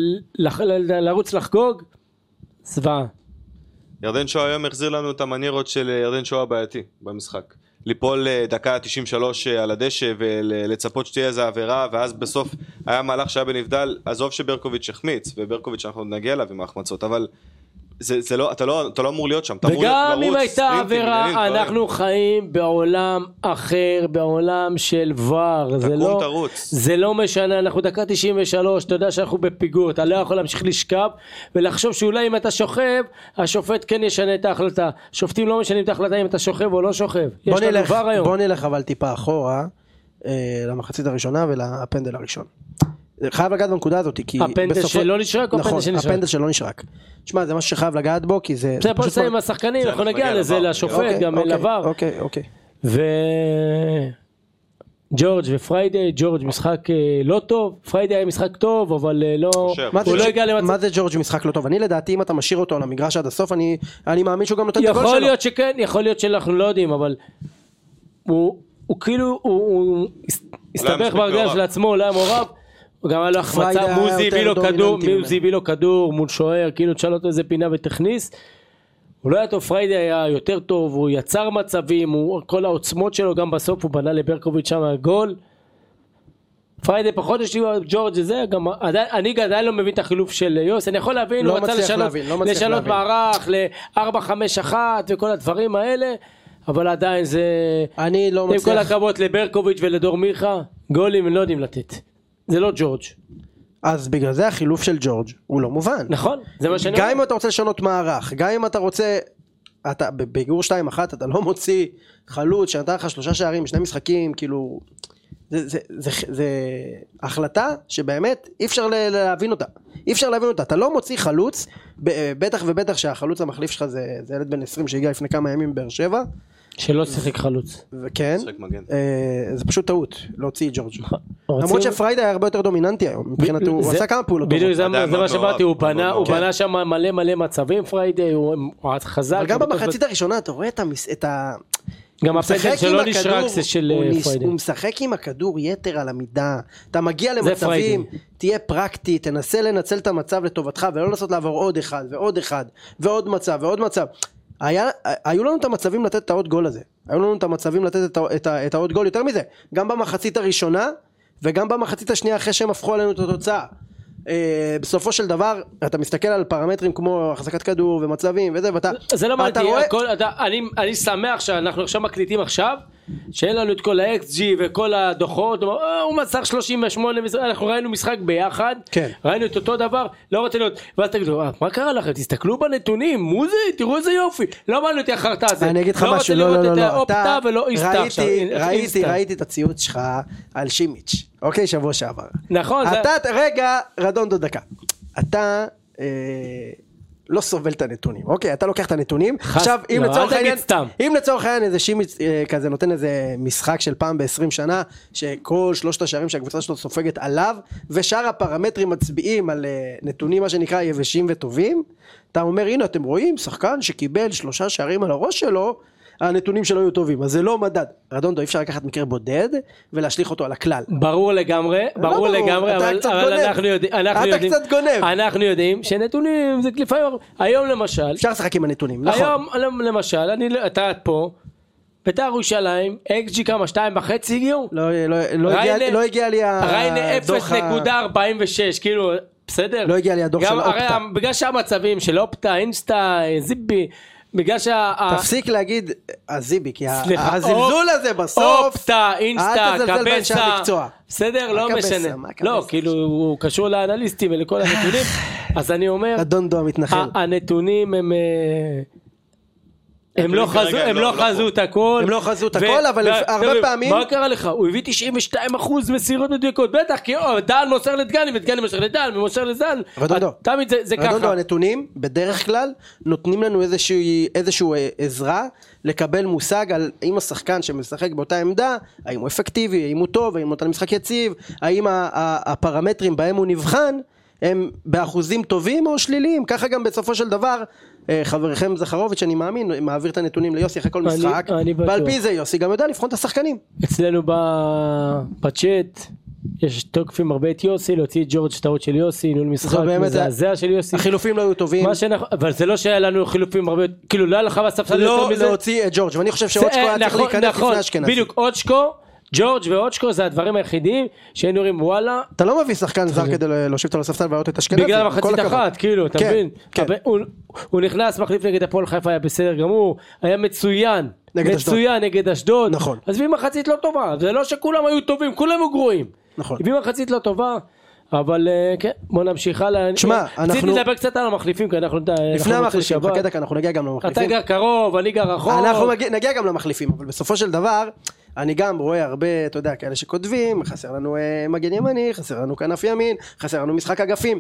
Speaker 2: ולרוץ לחגוג, זוועה.
Speaker 4: ירדן שואה היום החזיר לנו את המניירות של ירדן שואה בעייתי במשחק. ליפול דקה תשעים ושלוש על הדשא ולצפות שתהיה איזה עבירה, ואז בסוף היה מהלך שהיה בנבדל, עזוב שברקוביץ' החמיץ, וברקוביץ' אנחנו נגיע אליו עם ההחמצות, אבל זה, זה לא, אתה לא, אתה לא אמור להיות שם, אתה אמור
Speaker 2: וגם אם הייתה עבירה, אנחנו חיים בעולם אחר, בעולם של ור, זה לא,
Speaker 4: תרוץ.
Speaker 2: זה לא משנה, אנחנו דקה תשעים ושלוש, אתה יודע שאנחנו בפיגור, אתה לא יכול להמשיך לשכב, ולחשוב שאולי אם אתה שוכב, השופט כן ישנה את ההחלטה, שופטים לא משנים את ההחלטה אם אתה שוכב או לא שוכב, יש לנו ור היום.
Speaker 3: בוא נלך אבל טיפה אחורה, אה, למחצית הראשונה ולפנדל הראשון. חייב לגעת בנקודה הזאת, כי
Speaker 2: הפנדל שלא נשרק או הפנדל שנשרק?
Speaker 3: הפנדל שלא נשרק. תשמע, זה משהו שחייב לגעת בו, כי זה...
Speaker 2: זה פה לסיים עם השחקנים, אנחנו נגיע לזה, לשופט, גם לבר.
Speaker 3: אוקיי, אוקיי.
Speaker 2: וג'ורג' ופריידי, ג'ורג' משחק לא טוב, פריידי היה משחק טוב, אבל לא... הוא לא הגיע למצב...
Speaker 3: מה זה ג'ורג' משחק לא טוב? אני לדעתי, אם אתה משאיר אותו על המגרש עד הסוף, אני מאמין שהוא גם נותן את הגול שלו.
Speaker 2: יכול להיות שכן, יכול להיות שאנחנו לא יודעים, אבל הוא כאילו, הוא הסתבך ברגל של עצמו, לא היה מעורב. גם היה לו החמצה, מוזי הביא לו כדור, מוזי הביא לו כדור מול שוער, כאילו תשאל אותו איזה פינה ותכניס. הוא לא היה טוב, פריידי היה יותר טוב, הוא יצר מצבים, הוא, כל העוצמות שלו, גם בסוף הוא בנה לברקוביץ' שם גול. פריידי פחות יש לי ג'ורג' זה, גם, עדיין, אני עדיין לא מבין את החילוף של יוס, אני יכול להבין,
Speaker 3: לא
Speaker 2: הוא רצה לשנות,
Speaker 3: להבין, לא
Speaker 2: לשנות מערך ל-ארבע חמש אחת וכל הדברים האלה, אבל עדיין זה...
Speaker 3: אני לא מצליח...
Speaker 2: עם כל הכבוד לברקוביץ' ולדור מיכה, גולים הם לא יודעים לתת. זה לא ג'ורג'.
Speaker 3: אז בגלל זה החילוף של ג'ורג' הוא לא מובן.
Speaker 2: נכון, זה מה שאני
Speaker 3: גם אם אתה רוצה לשנות מערך, גם אם אתה רוצה, אתה בגור שתיים אחת, אתה לא מוציא חלוץ שנתן לך שלושה שערים, שני משחקים, כאילו, זה, זה, זה, זה החלטה שבאמת אי אפשר להבין אותה. אי אפשר להבין אותה. אתה לא מוציא חלוץ, בטח ובטח שהחלוץ המחליף שלך זה, זה ילד בן עשרים שהגיע לפני כמה ימים מבאר שבע.
Speaker 2: שלא שיחק חלוץ.
Speaker 3: וכן, זה פשוט טעות, להוציא ג'ורג'. למרות שפריידי היה הרבה יותר דומיננטי היום, מבחינתו, הוא עשה כמה פעולות.
Speaker 2: בדיוק, זה מה שבאתי, הוא בנה שם מלא מלא מצבים פריידי, הוא חזק.
Speaker 3: אבל גם במחצית הראשונה, אתה רואה את ה...
Speaker 2: גם הפנדל שלא נשרק זה של פריידי.
Speaker 3: הוא משחק עם הכדור יתר על המידה, אתה מגיע למצבים, תהיה פרקטי, תנסה לנצל את המצב לטובתך, ולא לנסות לעבור עוד אחד ועוד אחד ועוד מצב ועוד מצב. היה, היו לנו את המצבים לתת את העוד גול הזה, היו לנו את המצבים לתת את, את, את העוד גול, יותר מזה, גם במחצית הראשונה, וגם במחצית השנייה אחרי שהם הפכו עלינו את התוצאה. Uh, בסופו של דבר, אתה מסתכל על פרמטרים כמו החזקת כדור ומצבים וזה, ואתה...
Speaker 2: זה לא מעניין,
Speaker 3: רואה...
Speaker 2: אני, אני שמח שאנחנו עכשיו מקליטים עכשיו, שאין לנו את כל ה-אקס ג'י וכל הדוחות, הוא מסך שלושים ושמונה, אנחנו ראינו משחק ביחד,
Speaker 3: כן.
Speaker 2: ראינו את אותו דבר, לא רצינו, ואז תגידו, מה קרה לכם? תסתכלו בנתונים, מוזי, תראו איזה יופי, לא מעניין אותי החרטה הזה,
Speaker 3: אני אגיד לך משהו, לא, לא, לא,
Speaker 2: אתה ולא איסטה עכשיו,
Speaker 3: ראיתי, ראיתי את הציוץ שלך על שימיץ', אוקיי, שבוע שעבר.
Speaker 2: נכון.
Speaker 3: אתה, רגע, רדונדו דקה, אתה... לא סובל את הנתונים, אוקיי, אתה לוקח את הנתונים, עכשיו אם לצורך העניין, אם לצורך העניין איזה שימיץ' כזה נותן איזה משחק של פעם ב-עשרים שנה, שכל שלושת השערים שהקבוצה שלו סופגת עליו, ושאר הפרמטרים מצביעים על נתונים מה שנקרא יבשים וטובים, אתה אומר הנה אתם רואים, שחקן שקיבל שלושה שערים על הראש שלו, הנתונים שלו היו טובים, אז זה לא מדד. רדונדו, אפשר לקחת מקרה בודד ולהשליך אותו על הכלל.
Speaker 2: ברור לגמרי, ברור לגמרי, אבל אנחנו יודעים,
Speaker 3: אתה קצת גונב.
Speaker 2: אנחנו יודעים שנתונים זה לפעמים, היום למשל,
Speaker 3: אפשר לשחק עם הנתונים, נכון.
Speaker 2: היום למשל, אתה פה, בית"ר ירושלים, אקס ג'י כמה, שתיים וחצי הגיעו?
Speaker 3: לא הגיע לי הדוח...
Speaker 2: ריינה אפס נקודה ארבעים ושש, כאילו, בסדר?
Speaker 3: לא הגיע לי הדוח של אופטה.
Speaker 2: בגלל שהמצבים של אופטה, אינסטה, זיבי, בגלל שה...
Speaker 3: תפסיק להגיד הזיבי, כי הזלזול הזה בסוף...
Speaker 2: אופטה, אינסטה, קבסה, בסדר? לא משנה. לא, כאילו הוא קשור לאנליסטים ולכל הנתונים, אז אני אומר...
Speaker 3: אדונדו המתנחל.
Speaker 2: הנתונים הם... הם לא חזו, הם לא חזו את הכל.
Speaker 3: הם לא חזו את הכל, אבל הרבה פעמים...
Speaker 2: מה קרה לך? הוא הביא תשעים ושתיים אחוז מסירות מדויקות, בטח, כי דן מוסר לדגני, ודגני מוסר לדן, ומוסר לזן.
Speaker 3: רדונדו,
Speaker 2: תמיד זה ככה.
Speaker 3: רדונדו, הנתונים, בדרך כלל, נותנים לנו איזושהי עזרה, לקבל מושג על האם השחקן שמשחק באותה עמדה, האם הוא אפקטיבי, האם הוא טוב, האם הוא נותן משחק יציב, האם הפרמטרים בהם הוא נבחן, הם באחוזים טובים או שליליים, ככה גם בסופו של דבר, חברכם זכרוביץ' אני מאמין, מעביר את הנתונים ליוסי אחרי כל משחק, ועל פי זה יוסי גם יודע לבחון את השחקנים.
Speaker 2: אצלנו בצ'אט, יש תוקפים הרבה את יוסי, להוציא את ג'ורג' טעות של יוסי, ניהול משחק, מזעזע של יוסי.
Speaker 3: החילופים לא היו טובים.
Speaker 2: אבל זה לא שהיה לנו חילופים הרבה, כאילו לא היה לך בספסל יותר מזה.
Speaker 3: לא להוציא את ג'ורג', ואני חושב שאוצ'קו היה צריך להיכנס לפני אשכנזי.
Speaker 2: בדיוק, אוצ'קו, ג'ורג' ואוצ'קו זה הדברים היחידים שהיינו רואים וואלה.
Speaker 3: אתה לא מביא שחקן זר כדי להושיב אותו לספסל ולהעלות את אשכנזי.
Speaker 2: בגלל המחצית אחת, כאילו, אתה מבין? הוא נכנס, מחליף נגד הפועל חיפה, היה בסדר גמור, היה מצוין, מצוין נגד אשדוד.
Speaker 3: נכון.
Speaker 2: אז הביא מחצית לא טובה, זה לא שכולם היו טובים, כולם היו גרועים.
Speaker 3: נכון.
Speaker 2: הביא מחצית לא טובה, אבל כן, בוא נמשיך הלאה.
Speaker 3: תשמע, אנחנו...
Speaker 2: רציתי לדבר קצת על המחליפים, כי אנחנו...
Speaker 3: לפני המחליפים, חכה דקה, אנחנו נגיע גם למחליפים.
Speaker 2: אתה גר קרוב, אני גר רחוק.
Speaker 3: אנחנו נגיע גם למחליפים, אבל בסופו של דבר, אני גם רואה הרבה, אתה יודע, כאלה שכותבים, חסר לנו מגן ימני, חסר לנו כנף ימין, חסר לנו משחק אגפים.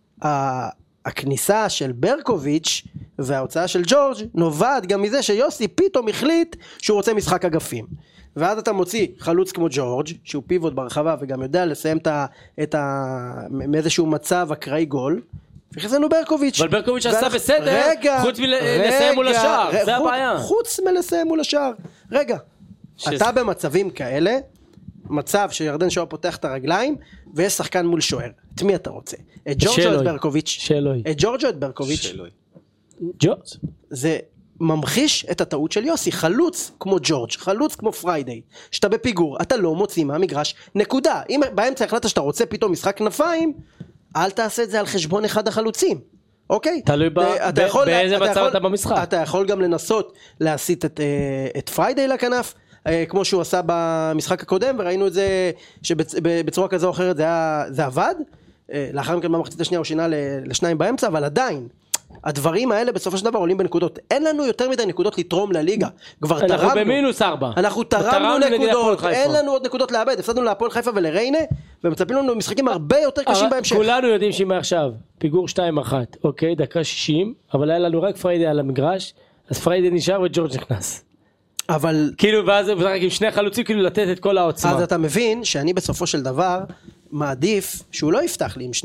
Speaker 3: הכניסה של ברקוביץ' וההוצאה של ג'ורג' נובעת גם מזה שיוסי פתאום החליט שהוא רוצה משחק אגפים. ואז אתה מוציא חלוץ כמו ג'ורג' שהוא פיבוט ברחבה וגם יודע לסיים את ה... מאיזשהו מצב אקראי גול. וחזרנו ברקוביץ'.
Speaker 2: אבל ברקוביץ' עשה בסדר, חוץ מלסיים מול השער, זה הבעיה.
Speaker 3: חוץ מלסיים מול השער. רגע, אתה במצבים כאלה, מצב שירדן שואה פותח את הרגליים, ויש שחקן מול שוער. את מי אתה רוצה? את ג'ורג' או את ברקוביץ'?
Speaker 2: שאלוי.
Speaker 3: את ג'ורג' או את ברקוביץ'?
Speaker 4: שאלוי.
Speaker 2: ג'ורג'.
Speaker 3: זה ממחיש את הטעות של יוסי. חלוץ כמו ג'ורג', חלוץ כמו פריידי, שאתה בפיגור, אתה לא מוציא מהמגרש, נקודה. אם באמצע החלטת שאתה רוצה פתאום משחק כנפיים, אל תעשה את זה על חשבון אחד החלוצים. אוקיי?
Speaker 2: תלוי באיזה מצב אתה במשחק.
Speaker 3: אתה יכול גם לנסות להסיט את פריידי לכנף, כמו שהוא עשה במשחק הקודם, וראינו את זה שבצורה כזו או אחרת זה עבד. לאחר מכן במחצית השנייה הוא שינה לשניים באמצע, אבל עדיין הדברים האלה בסופו של דבר עולים בנקודות. אין לנו יותר מדי נקודות לתרום לליגה. כבר תרמנו.
Speaker 2: אנחנו במינוס ארבע.
Speaker 3: אנחנו תרמנו נקודות. אין לנו עוד נקודות לאבד. הפסדנו להפועל חיפה ולריינה, ומצפים לנו משחקים הרבה יותר קשים בהמשך.
Speaker 2: כולנו יודעים שאם עכשיו פיגור שתיים אחת, אוקיי, דקה שישים, אבל היה לנו רק פריידי על המגרש, אז פריידי נשאר וג'ורג' נכנס. אבל כאילו ואז רק עם שני חלוצים כאילו לתת את כל העוצמה.
Speaker 3: אז אתה מבין שאני בסופו של דבר מעדיף שהוא לא יפתח לי עם שניהם,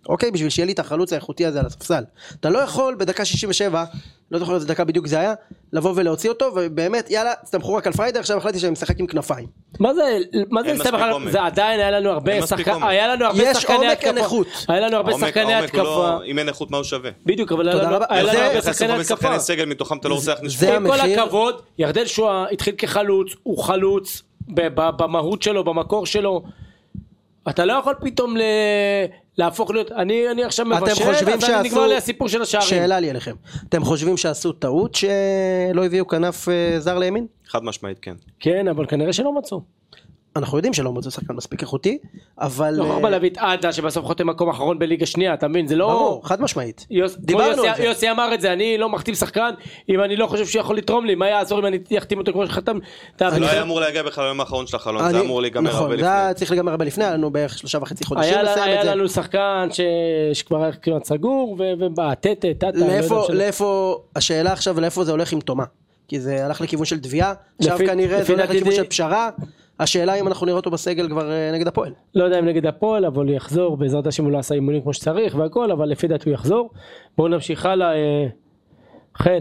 Speaker 3: אוקיי? בשביל שיהיה לי את החלוץ האיכותי הזה על הספסל. אתה לא יכול בדקה שישים ושבע, לא זוכר איזה דקה בדיוק זה היה, לבוא ולהוציא אותו, ובאמת, יאללה, סתמכו רק על פיידר, עכשיו החלטתי שאני משחק עם כנפיים.
Speaker 2: מה זה, מה זה הסתמך על... זה עדיין היה לנו הרבה שחקנים, היה לנו הרבה שחקני התקפה. היה לנו הרבה שחקני התקפה.
Speaker 4: אם אין איכות, מה הוא שווה?
Speaker 2: בדיוק, אבל היה לנו הרבה שחקני התקפה.
Speaker 4: סגל מתוכם אתה לא רוצה להכניס.
Speaker 2: עם כל הכבוד, ירדן שואה התחיל כחלוץ, הוא חלוץ במהות שלו, במקור שלו. אתה לא יכול פתאום להפוך להיות, אני, אני עכשיו מבשל, אז אני נגמר לי הסיפור של השערים.
Speaker 3: שאלה לי אליכם. אתם חושבים שעשו טעות שלא הביאו כנף זר לימין?
Speaker 4: חד משמעית, כן.
Speaker 2: כן, אבל כנראה שלא מצאו.
Speaker 3: אנחנו יודעים שלא מצאו שחקן מספיק איכותי, אבל...
Speaker 2: לא חרבה להביא את עדה שבסוף חותם מקום אחרון בליגה שנייה, אתה מבין? זה לא...
Speaker 3: ברור, חד משמעית.
Speaker 2: דיברנו על זה. יוסי אמר את זה, אני לא מחתים שחקן, אם אני לא חושב שיכול לתרום לי, מה יעזור אם אני אחתים אותו כמו שחתם?
Speaker 4: זה לא היה אמור להגיע בכלל היום האחרון של החלון, זה אמור להיגמר הרבה לפני.
Speaker 3: נכון, זה צריך להיגמר הרבה לפני, היה לנו בערך שלושה וחצי חודשים לסיים את זה.
Speaker 2: היה לנו שחקן שכבר היה כמעט סגור, ובטטה, טטה,
Speaker 3: לאיפה, השאלה עכשיו, לאיפה זה הולך עם תומה? כי זה הלך לכיוון של דבייה, עכשיו כנראה זה הולך לכיוון של פשרה. השאלה אם אנחנו נראה אותו בסגל כבר נגד הפועל.
Speaker 2: לא יודע אם נגד הפועל, אבל הוא יחזור, בעזרת השם הוא לא עשה אימונים כמו שצריך והכל, אבל לפי דעת הוא יחזור. בואו נמשיך הלאה. חן,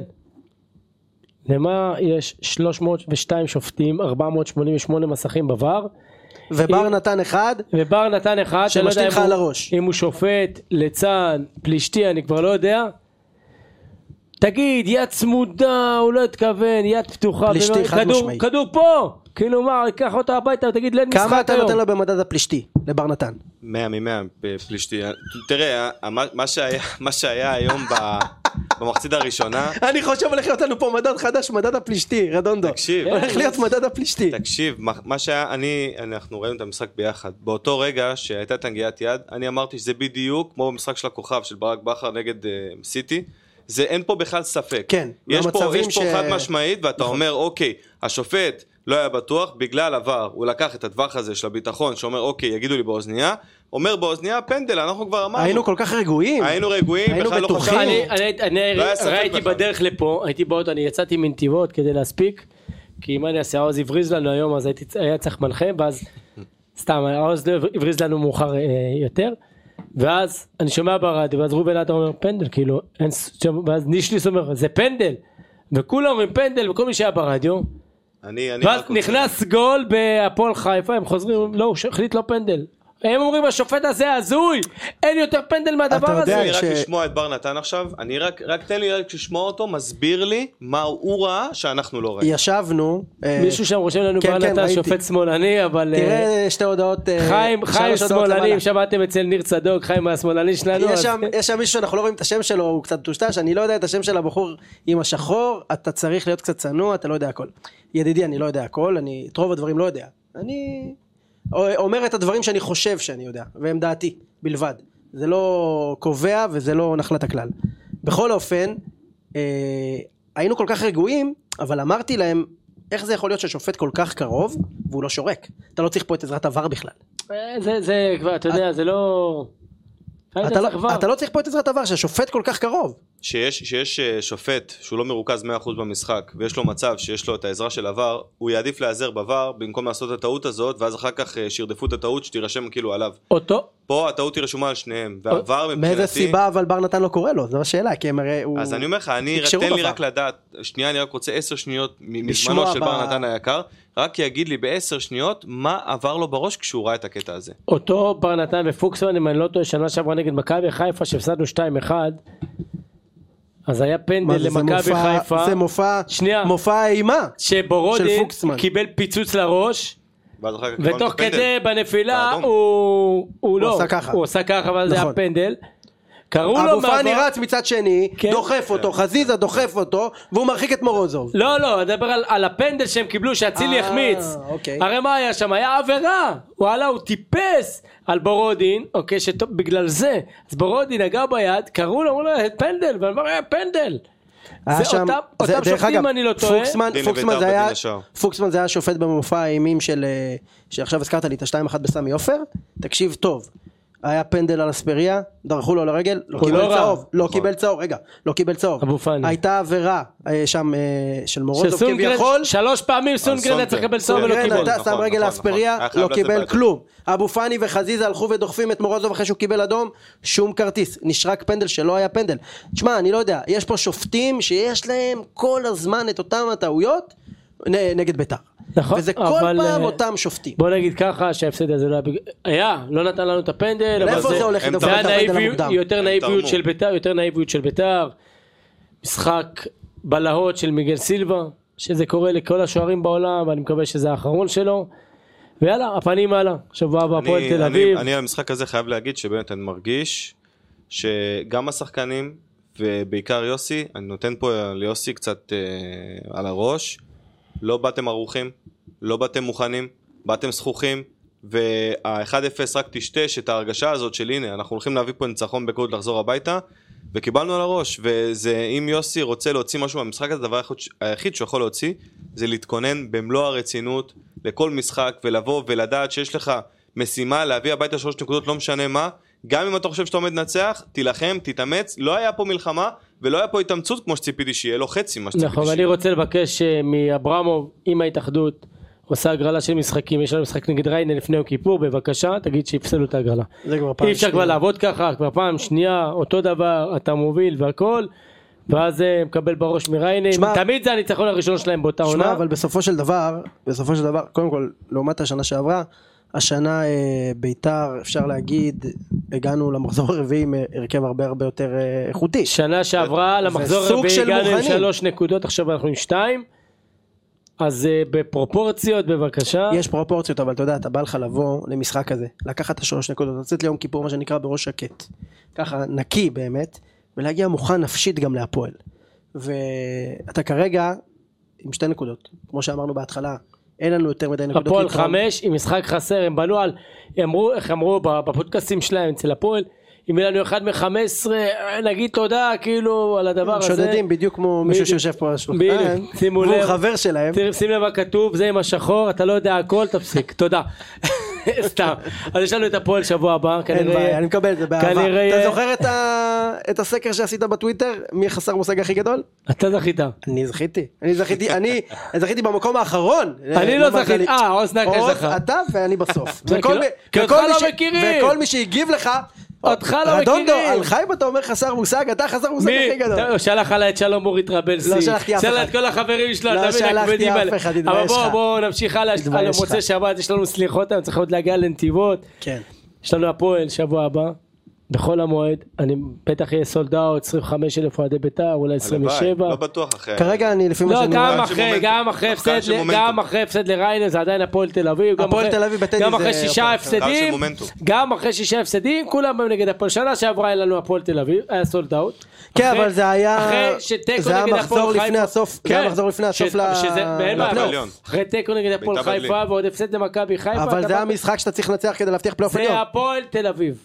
Speaker 2: למה יש שלוש מאות ושתיים שופטים, ארבע מאות שמונים ושמונה מסכים בבר,
Speaker 3: ובר נתן אחד,
Speaker 2: ובר נתן אחד,
Speaker 3: שמשתין לך על הראש.
Speaker 2: אם הוא שופט, ליצן, פלישתי, אני כבר לא יודע. תגיד, יד צמודה, הוא לא התכוון, יד פתוחה,
Speaker 3: פלישתי חד משמעי.
Speaker 2: כדור פה! כאילו מה, קח אותה הביתה ותגיד לי משחק היום.
Speaker 3: כמה אתה נותן לו במדד הפלישתי, לבר נתן?
Speaker 4: מאה ממאה פלישתי. תראה, מה שהיה היום במחצית הראשונה...
Speaker 3: אני חושב הולך להיות לנו פה מדד חדש, מדד הפלישתי, רדונדו.
Speaker 4: תקשיב.
Speaker 3: הולך להיות מדד הפלישתי.
Speaker 4: תקשיב, מה שהיה, אני, אנחנו ראינו את המשחק ביחד. באותו רגע שהייתה תנגיית יד, אני אמרתי שזה בדיוק כמו במשחק של הכוכב של ברק בכר נגד סיטי. זה אין פה בכלל ספק.
Speaker 3: כן.
Speaker 4: יש פה, יש פה חד משמעית, ואתה אומר, אוקיי, השופט לא היה בטוח, בגלל עבר, הוא לקח את הטווח הזה של הביטחון, שאומר, אוקיי, יגידו לי באוזניה, אומר באוזניה, פנדל, אנחנו כבר אמרנו.
Speaker 3: היינו כל כך רגועים.
Speaker 4: היינו רגועים,
Speaker 3: היינו
Speaker 4: בכלל לא חשבנו.
Speaker 2: אני, אני, אני ראיתי בדרך לפה, הייתי באוטו, אני יצאתי מנתיבות כדי להספיק, כי אם אני אעשה, העוז הבריז לנו היום, אז הייתי, היה צריך מנחה, ואז, סתם, העוז הבריז לנו מאוחר יותר, ואז אני שומע ברדיו, ואז רובן עטר אומר, פנדל, כאילו, ואז נישליס אומר, זה פנדל, וכולם אומרים פנדל, וכל מי שהיה ברדיו,
Speaker 4: אני, אני
Speaker 2: ואז נכנס גול בהפועל חיפה, הם חוזרים, לא, הוא החליט לא פנדל. הם אומרים, השופט הזה הזוי, אין יותר פנדל מהדבר הזה.
Speaker 4: אני רק לשמוע את בר נתן עכשיו, אני רק, רק תן לי רק לשמוע אותו, מסביר לי מה הוא ראה שאנחנו לא ראינו.
Speaker 3: ישבנו.
Speaker 2: מישהו שם רושם לנו בר נתן שופט שמאלני, אבל...
Speaker 3: תראה שתי הודעות.
Speaker 2: חיים, חיים שמאלני, שמעתם אצל ניר צדוק, חיים השמאלני שלנו.
Speaker 3: יש שם מישהו שאנחנו לא רואים את השם שלו, הוא קצת טושטש, אני לא יודע את השם של הבחור עם השחור, אתה צריך להיות קצת צנוע, אתה לא יודע הכל. ידידי, אני לא יודע הכל, אני את רוב הדברים לא יודע. אני אומר את הדברים שאני חושב שאני יודע, והם דעתי בלבד. זה לא קובע וזה לא נחלת הכלל. בכל אופן, אה, היינו כל כך רגועים, אבל אמרתי להם, איך זה יכול להיות שהשופט כל כך קרוב, והוא לא שורק? אתה לא צריך פה את עזרת עבר בכלל.
Speaker 2: זה, זה כבר, אתה יודע, זה לא...
Speaker 3: אתה לא, אתה לא צריך פה את עזרת עבר, שהשופט כל כך קרוב.
Speaker 4: שיש, שיש שופט שהוא לא מרוכז מאה אחוז במשחק, ויש לו מצב שיש לו את העזרה של עבר, הוא יעדיף להיעזר בעבר, במקום לעשות את הטעות הזאת, ואז אחר כך שירדפו את הטעות, שתירשם כאילו עליו.
Speaker 2: אותו?
Speaker 4: פה הטעות היא רשומה על שניהם, והעבר מבחינתי...
Speaker 3: מאיזה סיבה אבל בר נתן לא קורא לו? זו השאלה, כי הם הרי...
Speaker 4: אז אני אומר לך, אני תן לי רק לדעת, שנייה, אני רק רוצה עשר שניות מזמנו של בר נתן היקר, רק יגיד לי בעשר שניות מה עבר לו בראש כשהוא ראה את הקטע הזה.
Speaker 2: אותו בר נתן ופוקסמן, אם אני לא טועה, שנה שעברה נגד מכבי חיפה, שהפסדנו שתיים אחד, אז היה פנדל למכבי חיפה.
Speaker 3: זה מופע,
Speaker 2: שנייה,
Speaker 3: מופע אימה
Speaker 2: שבורודין קיבל פיצוץ לראש, ותוך כדי בנפילה הוא, הוא לא, הוא עשה ככה, אבל זה היה פנדל.
Speaker 3: אבו פאני רץ מצד שני, דוחף אותו, חזיזה דוחף אותו, והוא מרחיק את מורוזוב.
Speaker 2: לא, לא, אני מדבר על הפנדל שהם קיבלו, שהצילי החמיץ. הרי מה היה שם? היה עבירה. הוא עלה, הוא טיפס על בורודין, אוקיי, שבגלל זה, אז בורודין נגע ביד, קראו לו, אמרו לו, פנדל, ואמר, היה פנדל. זה אותם שופטים, אני לא טועה.
Speaker 3: פוקסמן זה היה שופט במופע האימים של, שעכשיו הזכרת לי את השתיים אחת בסמי עופר, תקשיב טוב. היה פנדל על אספריה, דרכו לו לרגל, לא קיבל צהוב, לא קיבל צהוב, רגע, לא קיבל צהוב.
Speaker 2: אבו פאני.
Speaker 3: הייתה עבירה שם של מורוזוב כביכול.
Speaker 2: שלוש פעמים סונגרן היה צריך לקבל צהוב ולא קיבל.
Speaker 3: אתה שם רגל לאספריה, לא קיבל כלום. אבו פאני וחזיזה הלכו ודוחפים את מורוזוב אחרי שהוא קיבל אדום, שום כרטיס. נשרק פנדל שלא היה פנדל. תשמע, אני לא יודע, יש פה שופטים שיש להם כל הזמן את אותם הטעויות נגד בית"ר.
Speaker 2: נכון,
Speaker 3: וזה כל פעם אותם שופטים.
Speaker 2: בוא נגיד ככה שההפסד הזה לא היה, היה, לא נתן לנו את הפנדל,
Speaker 3: לאיפה זה הולך לדבר את הפנדל המוקדם?
Speaker 2: יותר נאיביות של בית"ר, יותר נאיביות של בית"ר, משחק בלהות של מיגל סילבה, שזה קורה לכל השוערים בעולם, ואני מקווה שזה האחרון שלו, ויאללה, הפנים הלאה, שבוע הבא הפועל תל אביב.
Speaker 4: אני על המשחק הזה חייב להגיד שבאמת אני מרגיש שגם השחקנים, ובעיקר יוסי, אני נותן פה ליוסי קצת אה, על הראש, לא באתם ערוכים, לא באתם מוכנים, באתם זכוכים, וה-אחד אפס רק תשתש את ההרגשה הזאת של הנה, אנחנו הולכים להביא פה ניצחון בקלות לחזור הביתה, וקיבלנו על הראש, וזה, אם יוסי רוצה להוציא משהו מהמשחק הזה, הדבר היחיד שהוא יכול להוציא, זה להתכונן במלוא הרצינות לכל משחק, ולבוא ולדעת שיש לך משימה להביא הביתה שלוש נקודות, לא משנה מה, גם אם אתה חושב שאתה עומד לנצח, תילחם, תתאמץ, לא היה פה מלחמה, ולא היה פה התאמצות כמו שציפיתי שיהיה לו חצי מה שציפיתי שיהיה.
Speaker 2: נכון, אני רוצה לבקש מאברמוב, עם ההתאחדות, עושה הגרלה של משחקים, יש לנו משחק נגד ריינה לפני יום כיפור, בבקשה, תגיד שיפסלו את ההגרלה. אי אפשר כבר לעבוד ככה, כבר פעם שנייה, אותו דבר, אתה מוביל והכל, ואז מקבל בראש מריינה, תמיד זה הניצחון הראשון שלהם באותה עונה.
Speaker 3: שמע, אבל בסופו של דבר, בסופו של דבר, קודם כל, לעומת השנה שעברה, השנה אה, ביתר, אפשר להגיד, הגענו למחזור הרביעי עם הרכב הרבה הרבה יותר אה, איכותי.
Speaker 2: שנה שעברה, למחזור הרביעי הגענו עם שלוש נקודות, עכשיו אנחנו עם שתיים, אז אה, בפרופורציות, בבקשה.
Speaker 3: יש פרופורציות, אבל אתה יודע, אתה בא לך לבוא למשחק הזה, לקחת את השלוש נקודות, לצאת ליום כיפור, מה שנקרא בראש שקט, ככה נקי באמת, ולהגיע מוכן נפשית גם להפועל. ואתה כרגע עם שתי נקודות, כמו שאמרנו בהתחלה, אין לנו יותר מדי נקודות.
Speaker 2: הפועל חמש, עם משחק חסר, הם בנו על, אמרו, איך אמרו בפודקאסטים שלהם אצל הפועל, אם יהיה לנו אחד מחמש עשרה, נגיד תודה, כאילו, על הדבר הזה.
Speaker 3: שודדים בדיוק כמו מישהו שיושב פה על השולחן, והוא חבר שלהם.
Speaker 2: שים לב מה כתוב, זה עם השחור, אתה לא יודע הכל, תפסיק, תודה. סתם. אז יש לנו את הפועל שבוע הבא,
Speaker 3: אין בעיה, אני מקבל את זה באהבה. אתה זוכר את הסקר שעשית בטוויטר, מי חסר מושג הכי גדול?
Speaker 2: אתה זכית.
Speaker 3: אני זכיתי, אני זכיתי, אני זכיתי במקום האחרון.
Speaker 2: אני לא זכיתי, אה, עוז נקש זכה.
Speaker 3: אתה ואני בסוף. וכל מי שהגיב לך,
Speaker 2: אותך לא מכירים.
Speaker 3: רדונדו, על חיים אתה אומר חסר מושג, אתה חסר מושג הכי גדול.
Speaker 2: שלח עליי את שלום מורית רבלסי.
Speaker 3: לא שלחתי אף אחד.
Speaker 2: שלח את כל החברים שלו.
Speaker 3: לא שלחתי אף אחד,
Speaker 2: אבל בואו בואו נמשיך הלאה. על מוצא שבת יש לנו סליחות, אני צריך עוד להגיע לנתיבות.
Speaker 3: כן.
Speaker 2: יש לנו הפועל שבוע הבא. בכל המועד, אני בטח יהיה סולד אאוט, עשרים וחמישה אלף אוהדי בית"ר, אולי עשרים ושבע.
Speaker 4: לא בטוח אחרי.
Speaker 3: כרגע אני לפי מה שאני
Speaker 2: אומר. לא, גם אחרי, גם אחרי הפסד, גם אחרי הפסד לריינה, זה עדיין הפועל תל אביב.
Speaker 3: הפועל תל אביב בטדי זה...
Speaker 2: גם אחרי שישה הפסדים, גם אחרי שישה הפסדים, כולם באים נגד הפועל. שנה שעברה היה לנו הפועל תל אביב, היה סולד אאוט.
Speaker 3: כן, אבל זה היה...
Speaker 2: אחרי שטקו נגד הפועל חיפה.
Speaker 3: זה היה מחזור לפני הסוף
Speaker 2: לפלייאוף. אחרי טקו נגד הפועל חיפה ועוד הפסד למכבי חיפה.
Speaker 3: אבל זה המשחק שאתה צריך לנצח כדי להבטיח פלייאוף עליון.
Speaker 2: זה הפועל תל אביב.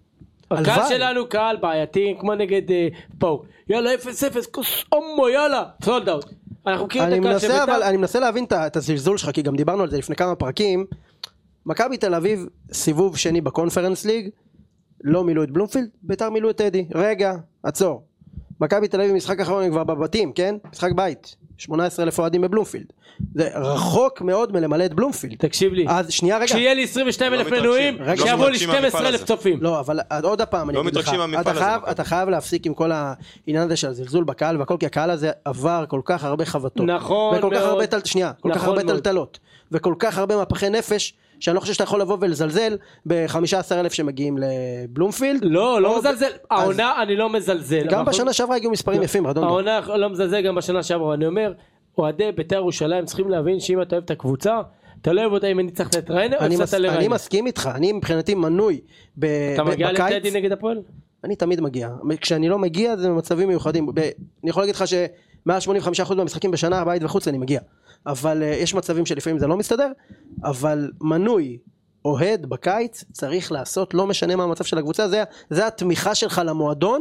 Speaker 2: הקהל שלנו קהל בעייתי, כמו נגד פאוק. יאללה, אפס אפס, כוס אומו, יאללה, סולד אאוט. אנחנו מכירים את הקהל שבית"ר.
Speaker 3: אבל אני מנסה להבין את הזלזול שלך, כי גם דיברנו על זה לפני כמה פרקים. מכבי תל אביב, סיבוב שני בקונפרנס ליג, לא מילאו את בלומפילד, בית"ר מילאו את טדי. רגע, עצור. מכבי תל אביב משחק אחרון הם כבר בבתים, כן? משחק בית. שמונה עשרה אלף אוהדים בבלומפילד. זה רחוק מאוד מלמלא את בלומפילד.
Speaker 2: תקשיב לי.
Speaker 3: אז שנייה רגע.
Speaker 2: כשיהיה לי עשרים ושניים אלף מנויים, שיבואו לי שנים עשר אלף צופים.
Speaker 3: לא, אבל עוד הפעם אני אגיד לך, אתה חייב להפסיק עם כל העניין הזה של זלזול בקהל והכל, כי הקהל הזה עבר כל כך הרבה חבטות.
Speaker 2: נכון
Speaker 3: מאוד. שנייה, כל כך הרבה טלטלות. וכל כך הרבה מהפכי נפש, שאני לא חושב שאתה יכול לבוא ולזלזל ב-חמישה עשר אלף שמגיעים לבלומפילד.
Speaker 2: לא, לא מזלזל. העונה אני לא מזלזל.
Speaker 3: גם בשנה שעברה הגיעו מספרים יפים, רדונדו.
Speaker 2: העונה לא מזלזל גם בשנה שעברה. אני אומר, אוהדי בית"ר ירושלים צריכים להבין שאם אתה אוהב את הקבוצה, אתה לא אוהב אותה אם אני צריך את ריינה או הפסדת לריינה.
Speaker 3: אני מסכים איתך, אני מבחינתי מנוי בקיץ.
Speaker 2: אתה מגיע לטדי נגד הפועל?
Speaker 3: אני תמיד מגיע. כשאני לא מגיע זה במצבים מיוחדים. אני יכול להגיד לך ש-מאה שמונים וחמישה אחוז מהמשחקים בשנה, בית וחוץ, אני מגיע. אבל יש מצבים שלפעמים זה לא מסתדר, אבל מנוי אוהד בקיץ צריך לעשות, לא משנה מה המצב של הקבוצה, זה, זה התמיכה שלך למועדון,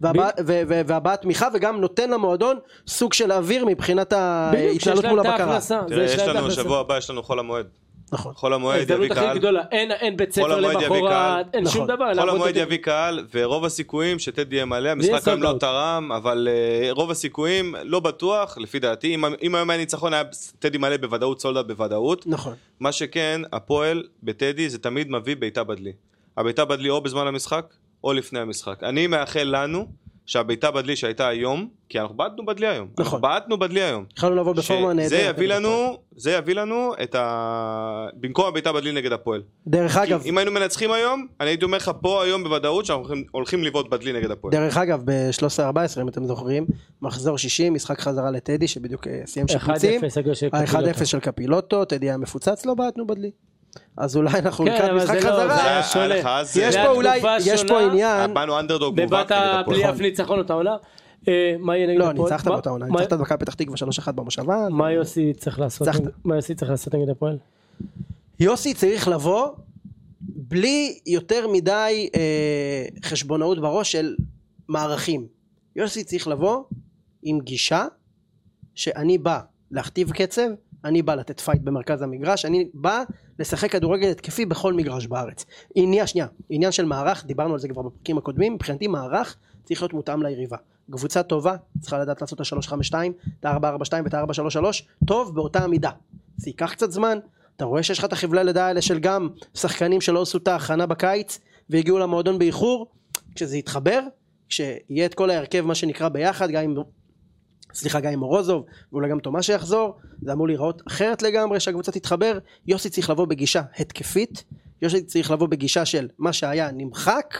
Speaker 3: והבאת תמיכה, וגם נותן למועדון סוג של אוויר מבחינת ההתנהלות מול הבקרה.
Speaker 4: תראה, יש לנו שבוע הבא, יש לנו חול המועד.
Speaker 3: נכון.
Speaker 4: חול המועד יביא קהל.
Speaker 2: אין בית ספר למחרת, אין שום דבר.
Speaker 4: חול המועד יביא קהל, ורוב הסיכויים שטדי יהיה מלא, המשחק היום לא תרם, אבל רוב הסיכויים לא בטוח, לפי דעתי, אם היום היה ניצחון היה טדי מלא בוודאות, סולדאוט בוודאות.
Speaker 3: נכון.
Speaker 4: מה שכן, הפועל בטדי זה תמיד מביא ביתה בדלי. הביתה בדלי או בזמן המשחק, או לפני המשחק. אני מאחל לנו שהביתה בדלי שהייתה היום, כי אנחנו בעטנו בדלי היום.
Speaker 3: נכון.
Speaker 4: אנחנו בעטנו בדלי היום.
Speaker 3: יכולנו לבוא בפורמה נהדרת.
Speaker 4: זה יביא לנו, זה יביא לנו את ה... במקום הביתה בדלי נגד הפועל.
Speaker 3: דרך אגב.
Speaker 4: אם היינו מנצחים היום, אני הייתי אומר לך פה היום בוודאות שאנחנו הולכים, הולכים לבעוט בדלי נגד הפועל.
Speaker 3: דרך אגב, ב-שלוש עשרה ארבע עשרה, אם אתם זוכרים, מחזור שישים, משחק חזרה לטדי, שבדיוק סיים שיפוצים. אחד אפס של קפילוטו, טדי היה מפוצץ, לא בעטנו בדלי. אז אולי אנחנו לקראת משחק חזרה. יש פה אולי, יש פה עניין.
Speaker 4: באנו אנדרדוג מובהק
Speaker 2: נגד הפועל. בבת בלי אף ניצחון אותה עונה. מה יהיה נגד הפועל?
Speaker 3: לא, ניצחת באותה עונה. ניצחת במכבי פתח תקווה שלוש אחת במושבה.
Speaker 2: מה יוסי צריך לעשות? מה יוסי צריך לעשות נגד הפועל?
Speaker 3: יוסי צריך לבוא בלי יותר מדי חשבונאות בראש של מערכים. יוסי צריך לבוא עם גישה שאני בא להכתיב קצב, אני בא לתת פייט במרכז המגרש, אני בא לשחק כדורגל התקפי בכל מגרש בארץ. עניין, שנייה, עניין של מערך, דיברנו על זה כבר בפרקים הקודמים, מבחינתי מערך צריך להיות מותאם ליריבה. קבוצה טובה, צריכה לדעת לעשות את ה-שלוש חמש שתיים, את ה-ארבע ארבע שתיים ואת ה-ארבע שלוש שלוש, טוב באותה המידה. זה ייקח קצת זמן, אתה רואה שיש לך את החבלי לידה האלה של גם שחקנים שלא עשו את ההכנה בקיץ, והגיעו למועדון באיחור, כשזה יתחבר, כשיהיה את כל ההרכב מה שנקרא ביחד, גם עם סליחה גם עם מורוזוב, ואולי גם תומש שיחזור, זה אמור להיראות אחרת לגמרי, שהקבוצה תתחבר. יוסי צריך לבוא בגישה התקפית, יוסי צריך לבוא בגישה של מה שהיה נמחק,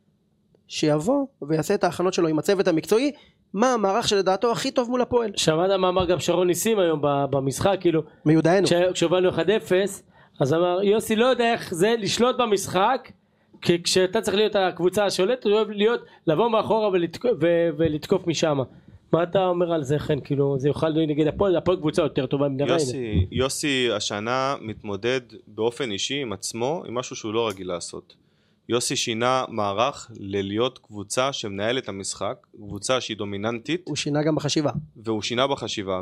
Speaker 3: שיבוא ויעשה את ההכנות שלו עם הצוות המקצועי, מה המערך שלדעתו הכי טוב מול הפועל.
Speaker 2: שמעת מה אמר גם שרון ניסים היום במשחק, כאילו,
Speaker 3: מיודענו.
Speaker 2: כשהובלנו אחד אפס, אז אמר, יוסי לא יודע איך זה לשלוט במשחק, כי כשאתה צריך להיות הקבוצה השולטת, הוא אוהב להיות, לבוא מאחורה ולתקוף, ולתקוף משם. מה אתה אומר על זה, כן? כאילו, זה יוכל נגד הפועל, הפועל קבוצה יותר טובה מן הריינה.
Speaker 4: יוסי, יוסי השנה מתמודד באופן אישי עם עצמו, עם משהו שהוא לא רגיל לעשות. יוסי שינה מערך ללהיות קבוצה שמנהלת את המשחק, קבוצה שהיא דומיננטית.
Speaker 3: הוא שינה גם בחשיבה.
Speaker 4: והוא שינה בחשיבה,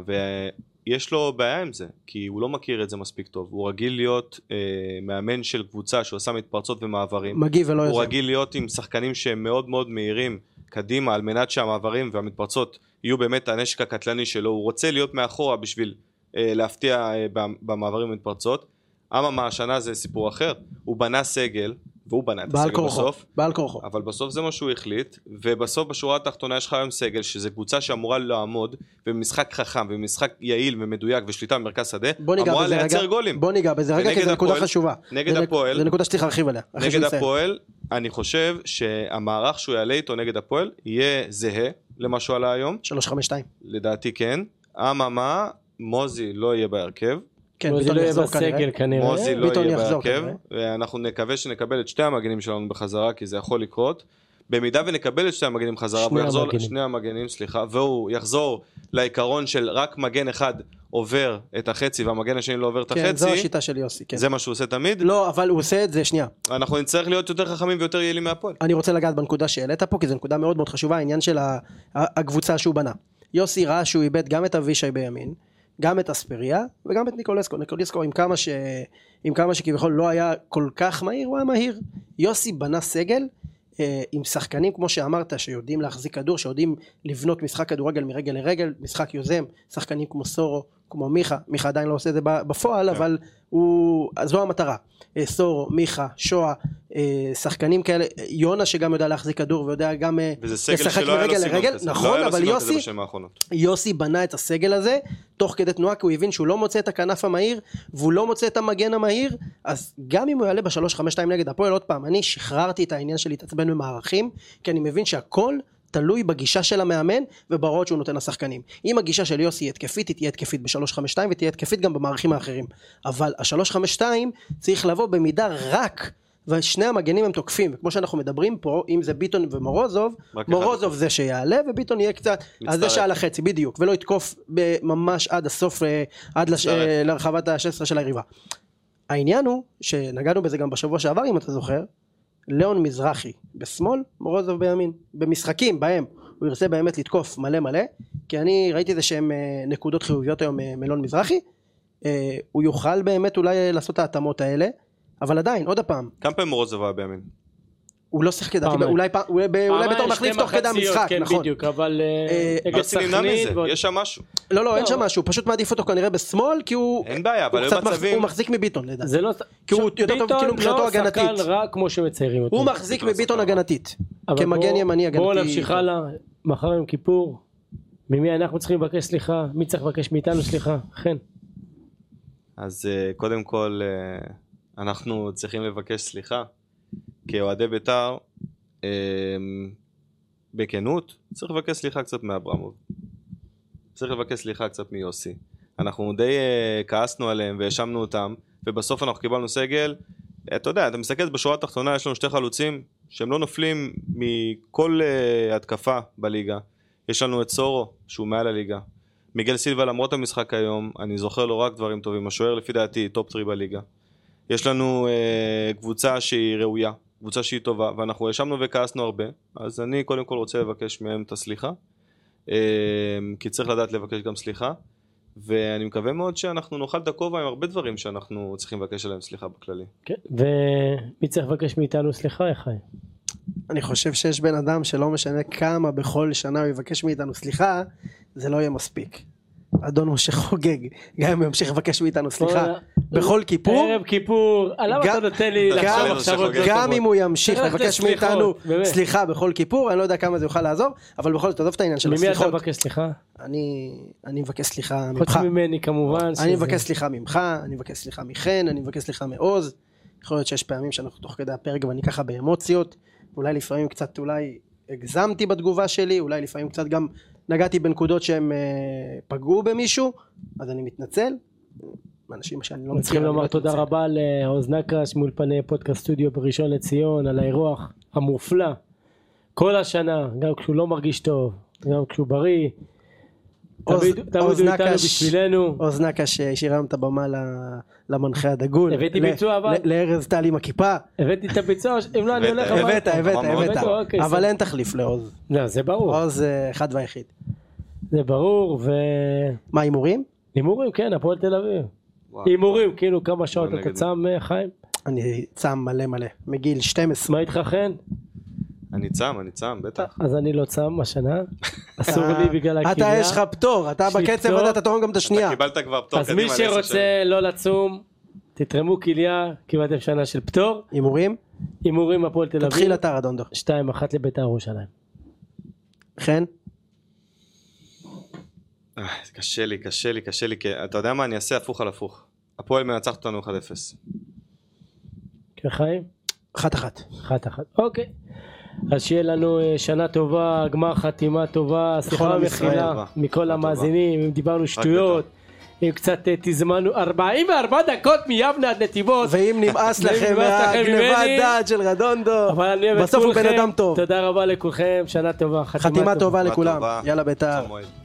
Speaker 4: ויש לו בעיה עם זה, כי הוא לא מכיר את זה מספיק טוב. הוא רגיל להיות אה, מאמן של קבוצה שעושה מתפרצות ומעברים.
Speaker 3: מגיב ולא
Speaker 4: הוא
Speaker 3: יוזם.
Speaker 4: רגיל להיות עם שחקנים שהם מאוד מאוד מהירים קדימה, על מנת שהמעברים והמתפרצות יהיו באמת הנשק הקטלני שלו. הוא רוצה להיות מאחורה בשביל אה, להפתיע אה, במעברים ומתפרצות. אממה, השנה זה סיפור אחר. הוא בנה סגל, והוא בנה את הסגל בסוף,
Speaker 3: בעל כורחו.
Speaker 4: אבל בסוף זה מה שהוא החליט, ובסוף בשורה התחתונה יש לך היום סגל, שזה קבוצה שאמורה לעמוד, במשחק חכם, ומשחק יעיל ומדויק, ושליטה במרכז שדה, אמורה לייצר גולים.
Speaker 3: בוא ניגע בזה רגע, כי זו נקודה חשובה.
Speaker 4: נגד הפועל,
Speaker 3: זו נקודה שצריך להרחיב עליה.
Speaker 4: נגד הפועל, אני חושב שהמערך שהוא יעלה איתו נגד הפועל, יהיה זהה למה שהוא עלה היום.
Speaker 3: שלוש חמש שתיים.
Speaker 4: לדעתי כן. אממה, מוזי לא יהיה בהרכב.
Speaker 3: כן, ביטון יחזור כנראה.
Speaker 4: מוזי לא יהיה בהרכב, ואנחנו נקווה שנקבל את שתי המגנים שלנו בחזרה, כי זה יכול לקרות. במידה ונקבל את שתי המגנים בחזרה, והוא יחזור, שני המגנים, סליחה, והוא יחזור לעיקרון של רק מגן אחד עובר את החצי, והמגן השני לא עובר את החצי.
Speaker 3: כן, זו השיטה של יוסי, כן.
Speaker 4: זה מה שהוא עושה תמיד?
Speaker 3: לא, אבל הוא עושה את זה, שנייה.
Speaker 4: אנחנו נצטרך להיות יותר חכמים ויותר יעילים מהפועל.
Speaker 3: אני רוצה לגעת בנקודה שהעלית פה, כי זו נקודה מאוד מאוד חשובה, העניין של הקבוצה שהוא בנה. יוסי ראה שהוא איבד גם את אבישי בימין, גם את אספריה וגם את ניקולסקו. ניקולסקו עם כמה ש... עם כמה שכביכול לא היה כל כך מהיר, הוא היה מהיר. יוסי בנה סגל אה, עם שחקנים כמו שאמרת, שיודעים להחזיק כדור, שיודעים לבנות משחק כדורגל מרגל לרגל, משחק יוזם, שחקנים כמו סורו, כמו מיכה, מיכה עדיין לא עושה את זה בפועל, yeah. אבל הוא... זו המטרה. אה, סורו, מיכה, שואה, אה, שחקנים כאלה, יונה שגם יודע להחזיק כדור ויודע גם לשחק מרגל לרגל, נכון, אבל יוסי, יוסי בנה את הסגל הזה תוך כדי תנועה, כי הוא הבין שהוא לא מוצא את הכנף המהיר והוא לא מוצא את המגן המהיר, אז גם אם הוא יעלה ב-שלוש חמש שתיים נגד הפועל, עוד פעם, אני שחררתי את העניין של להתעצבן במערכים, כי אני מבין שהכל תלוי בגישה של המאמן ובהוראות שהוא נותן לשחקנים. אם הגישה של יוסי היא התקפית, היא תהיה התקפית ב-שלוש חמש שתיים ותהיה התקפית גם במערכים האחרים, אבל ה-שלוש חמש שתיים צריך לבוא במידה רק, ושני המגנים הם תוקפים, וכמו שאנחנו מדברים פה, אם זה ביטון ומורוזוב, מורוזוב זה שיעלה וביטון יהיה קצת, אז זה שעה לחצי בדיוק, ולא יתקוף ממש עד הסוף, עד לש... לרחבת ה-שש עשרה של היריבה. העניין הוא שנגענו בזה גם בשבוע שעבר, אם אתה זוכר, ליאון מזרחי בשמאל, מורוזוב בימין, במשחקים בהם הוא ירצה באמת לתקוף מלא מלא, כי אני ראיתי זה שהם נקודות חיוביות היום מליאון מזרחי, הוא יוכל באמת אולי לעשות את ההתאמות האלה, אבל עדיין, עוד הפעם.
Speaker 4: כמה פעמים מורוזוב היה בימין?
Speaker 3: הוא לא שיחק לדעתי, אולי בתור מחליף תוך כדי המשחק, נכון.
Speaker 2: בדיוק, אבל
Speaker 4: יוסי נמנע מזה, יש שם משהו.
Speaker 3: לא, לא, אין שם משהו, פשוט מעדיף אותו כנראה בשמאל, כי הוא...
Speaker 4: אין בעיה, אבל הוא
Speaker 3: מחזיק מביטון לדעתי.
Speaker 2: זה לא...
Speaker 3: כי הוא יותר טוב כאילו מבחינתו הגנתית.
Speaker 2: ביטון לא שחקן רע כמו שמציירים אותו.
Speaker 3: הוא מחזיק מביטון הגנתית. כמגן ימני הגנתי.
Speaker 2: בואו נמשיך הלאה, מחר יום כיפור. ממי אנחנו צריכים לבקש סליחה? מי צריך לבקש מאיתנו סליחה? אכן.
Speaker 4: אז קודם כל, אנחנו צריכים לבקש סליחה. כאוהדי בית"ר, בכנות, צריך לבקש סליחה קצת מאברמוב. צריך לבקש סליחה קצת מיוסי. אנחנו די כעסנו עליהם והאשמנו אותם, ובסוף אנחנו קיבלנו סגל. אתה יודע, אתה מסתכל בשורה התחתונה, יש לנו שתי חלוצים שהם לא נופלים מכל התקפה בליגה. יש לנו את סורו, שהוא מעל הליגה. מיגל סילבה, למרות המשחק היום, אני זוכר לו רק דברים טובים. השוער לפי דעתי, טופ טרי בליגה. יש לנו קבוצה שהיא ראויה. קבוצה שהיא טובה, ואנחנו האשמנו וכעסנו הרבה, אז אני קודם כל רוצה לבקש מהם את הסליחה, כי צריך לדעת לבקש גם סליחה, ואני מקווה מאוד שאנחנו נאכל את הכובע עם הרבה דברים שאנחנו צריכים לבקש עליהם סליחה בכללי.
Speaker 2: כן, ומי צריך לבקש מאיתנו סליחה, איך היה?
Speaker 3: אני חושב שיש בן אדם שלא משנה כמה בכל שנה הוא יבקש מאיתנו סליחה, זה לא יהיה מספיק. אדון משה חוגג, גם אם הוא ימשיך לבקש מאיתנו סליחה, בכל כיפור,
Speaker 2: ערב כיפור, למה אתה נותן לי לחשוב עכשיו?
Speaker 3: גם אם הוא ימשיך לבקש מאיתנו סליחה בכל כיפור, אני לא יודע כמה זה יוכל לעזור, אבל בכל זאת, תעזוב את העניין של הסליחות.
Speaker 2: ממי אתה מבקש סליחה?
Speaker 3: אני מבקש סליחה ממך.
Speaker 2: חוץ ממני כמובן.
Speaker 3: אני מבקש סליחה ממך, אני מבקש סליחה מחן, אני מבקש סליחה מעוז. יכול להיות שיש פעמים שאנחנו תוך כדי הפרק ואני ככה באמוציות, אולי לפעמים קצת אולי הגזמתי בתגובה שלי, אולי לפעמים קצת גם נגעתי בנקודות שהם פגעו במישהו, אז אני מתנצל. אנשים שאני לא מכיר.
Speaker 2: צריכים לומר תודה רבה לעוז נקש מאולפני פודקאסט סטודיו בראשון לציון, על האירוח המופלא. כל השנה, גם כשהוא לא מרגיש טוב, גם כשהוא בריא. תמיד הוא איתנו בשבילנו.
Speaker 3: עוז נקש השאירם את הבמה למנחה הדגול.
Speaker 2: הבאתי ביצוע אבל.
Speaker 3: לארז טל עם הכיפה.
Speaker 2: הבאתי את הביצוע, אם לא אני הולך.
Speaker 3: הבאת, הבאת, הבאת. אבל אין תחליף לעוז.
Speaker 2: לא, זה ברור.
Speaker 3: עוז אחד והיחיד.
Speaker 2: זה ברור ו...
Speaker 3: מה, הימורים?
Speaker 2: הימורים, כן, הפועל תל אביב. הימורים, כאילו כמה שעות אתה צם, חיים?
Speaker 3: אני צם מלא מלא, מגיל שתים עשרה.
Speaker 2: מה איתך חן?
Speaker 4: אני צם, אני צם, בטח.
Speaker 2: אז אני לא צם השנה, אסור לי בגלל הכליה.
Speaker 3: אתה יש לך פטור, אתה בקצב הזה, אתה תורם גם את השנייה.
Speaker 4: אתה קיבלת כבר פטור.
Speaker 2: אז מי שרוצה לא לצום, תתרמו כליה, קיבלתם שנה של פטור.
Speaker 3: הימורים?
Speaker 2: הימורים הפועל תל אביב.
Speaker 3: תתחיל אתה רדונדו.
Speaker 2: שתיים אחת לבית"ר ירושלים.
Speaker 3: חן?
Speaker 4: קשה לי, קשה לי, קשה לי, אתה יודע מה, אני אעשה הפוך על הפוך. הפועל מנצחת אותנו אחד אפס.
Speaker 2: כן, חיים?
Speaker 3: אחת אחת.
Speaker 2: אחת אחת, אוקיי. אז שיהיה לנו שנה טובה, גמר חתימה טובה, סליחה ומחילה מכל המאזינים, אם דיברנו שטויות, אם קצת תזמנו ארבעים וארבע דקות מיבנה עד נתיבות,
Speaker 3: ואם נמאס לכם מהגנבת דעת של רדונדו, בסוף הוא בן אדם טוב.
Speaker 2: תודה רבה לכולכם, שנה טובה,
Speaker 3: חתימה טובה לכולם, יאללה בית"ר.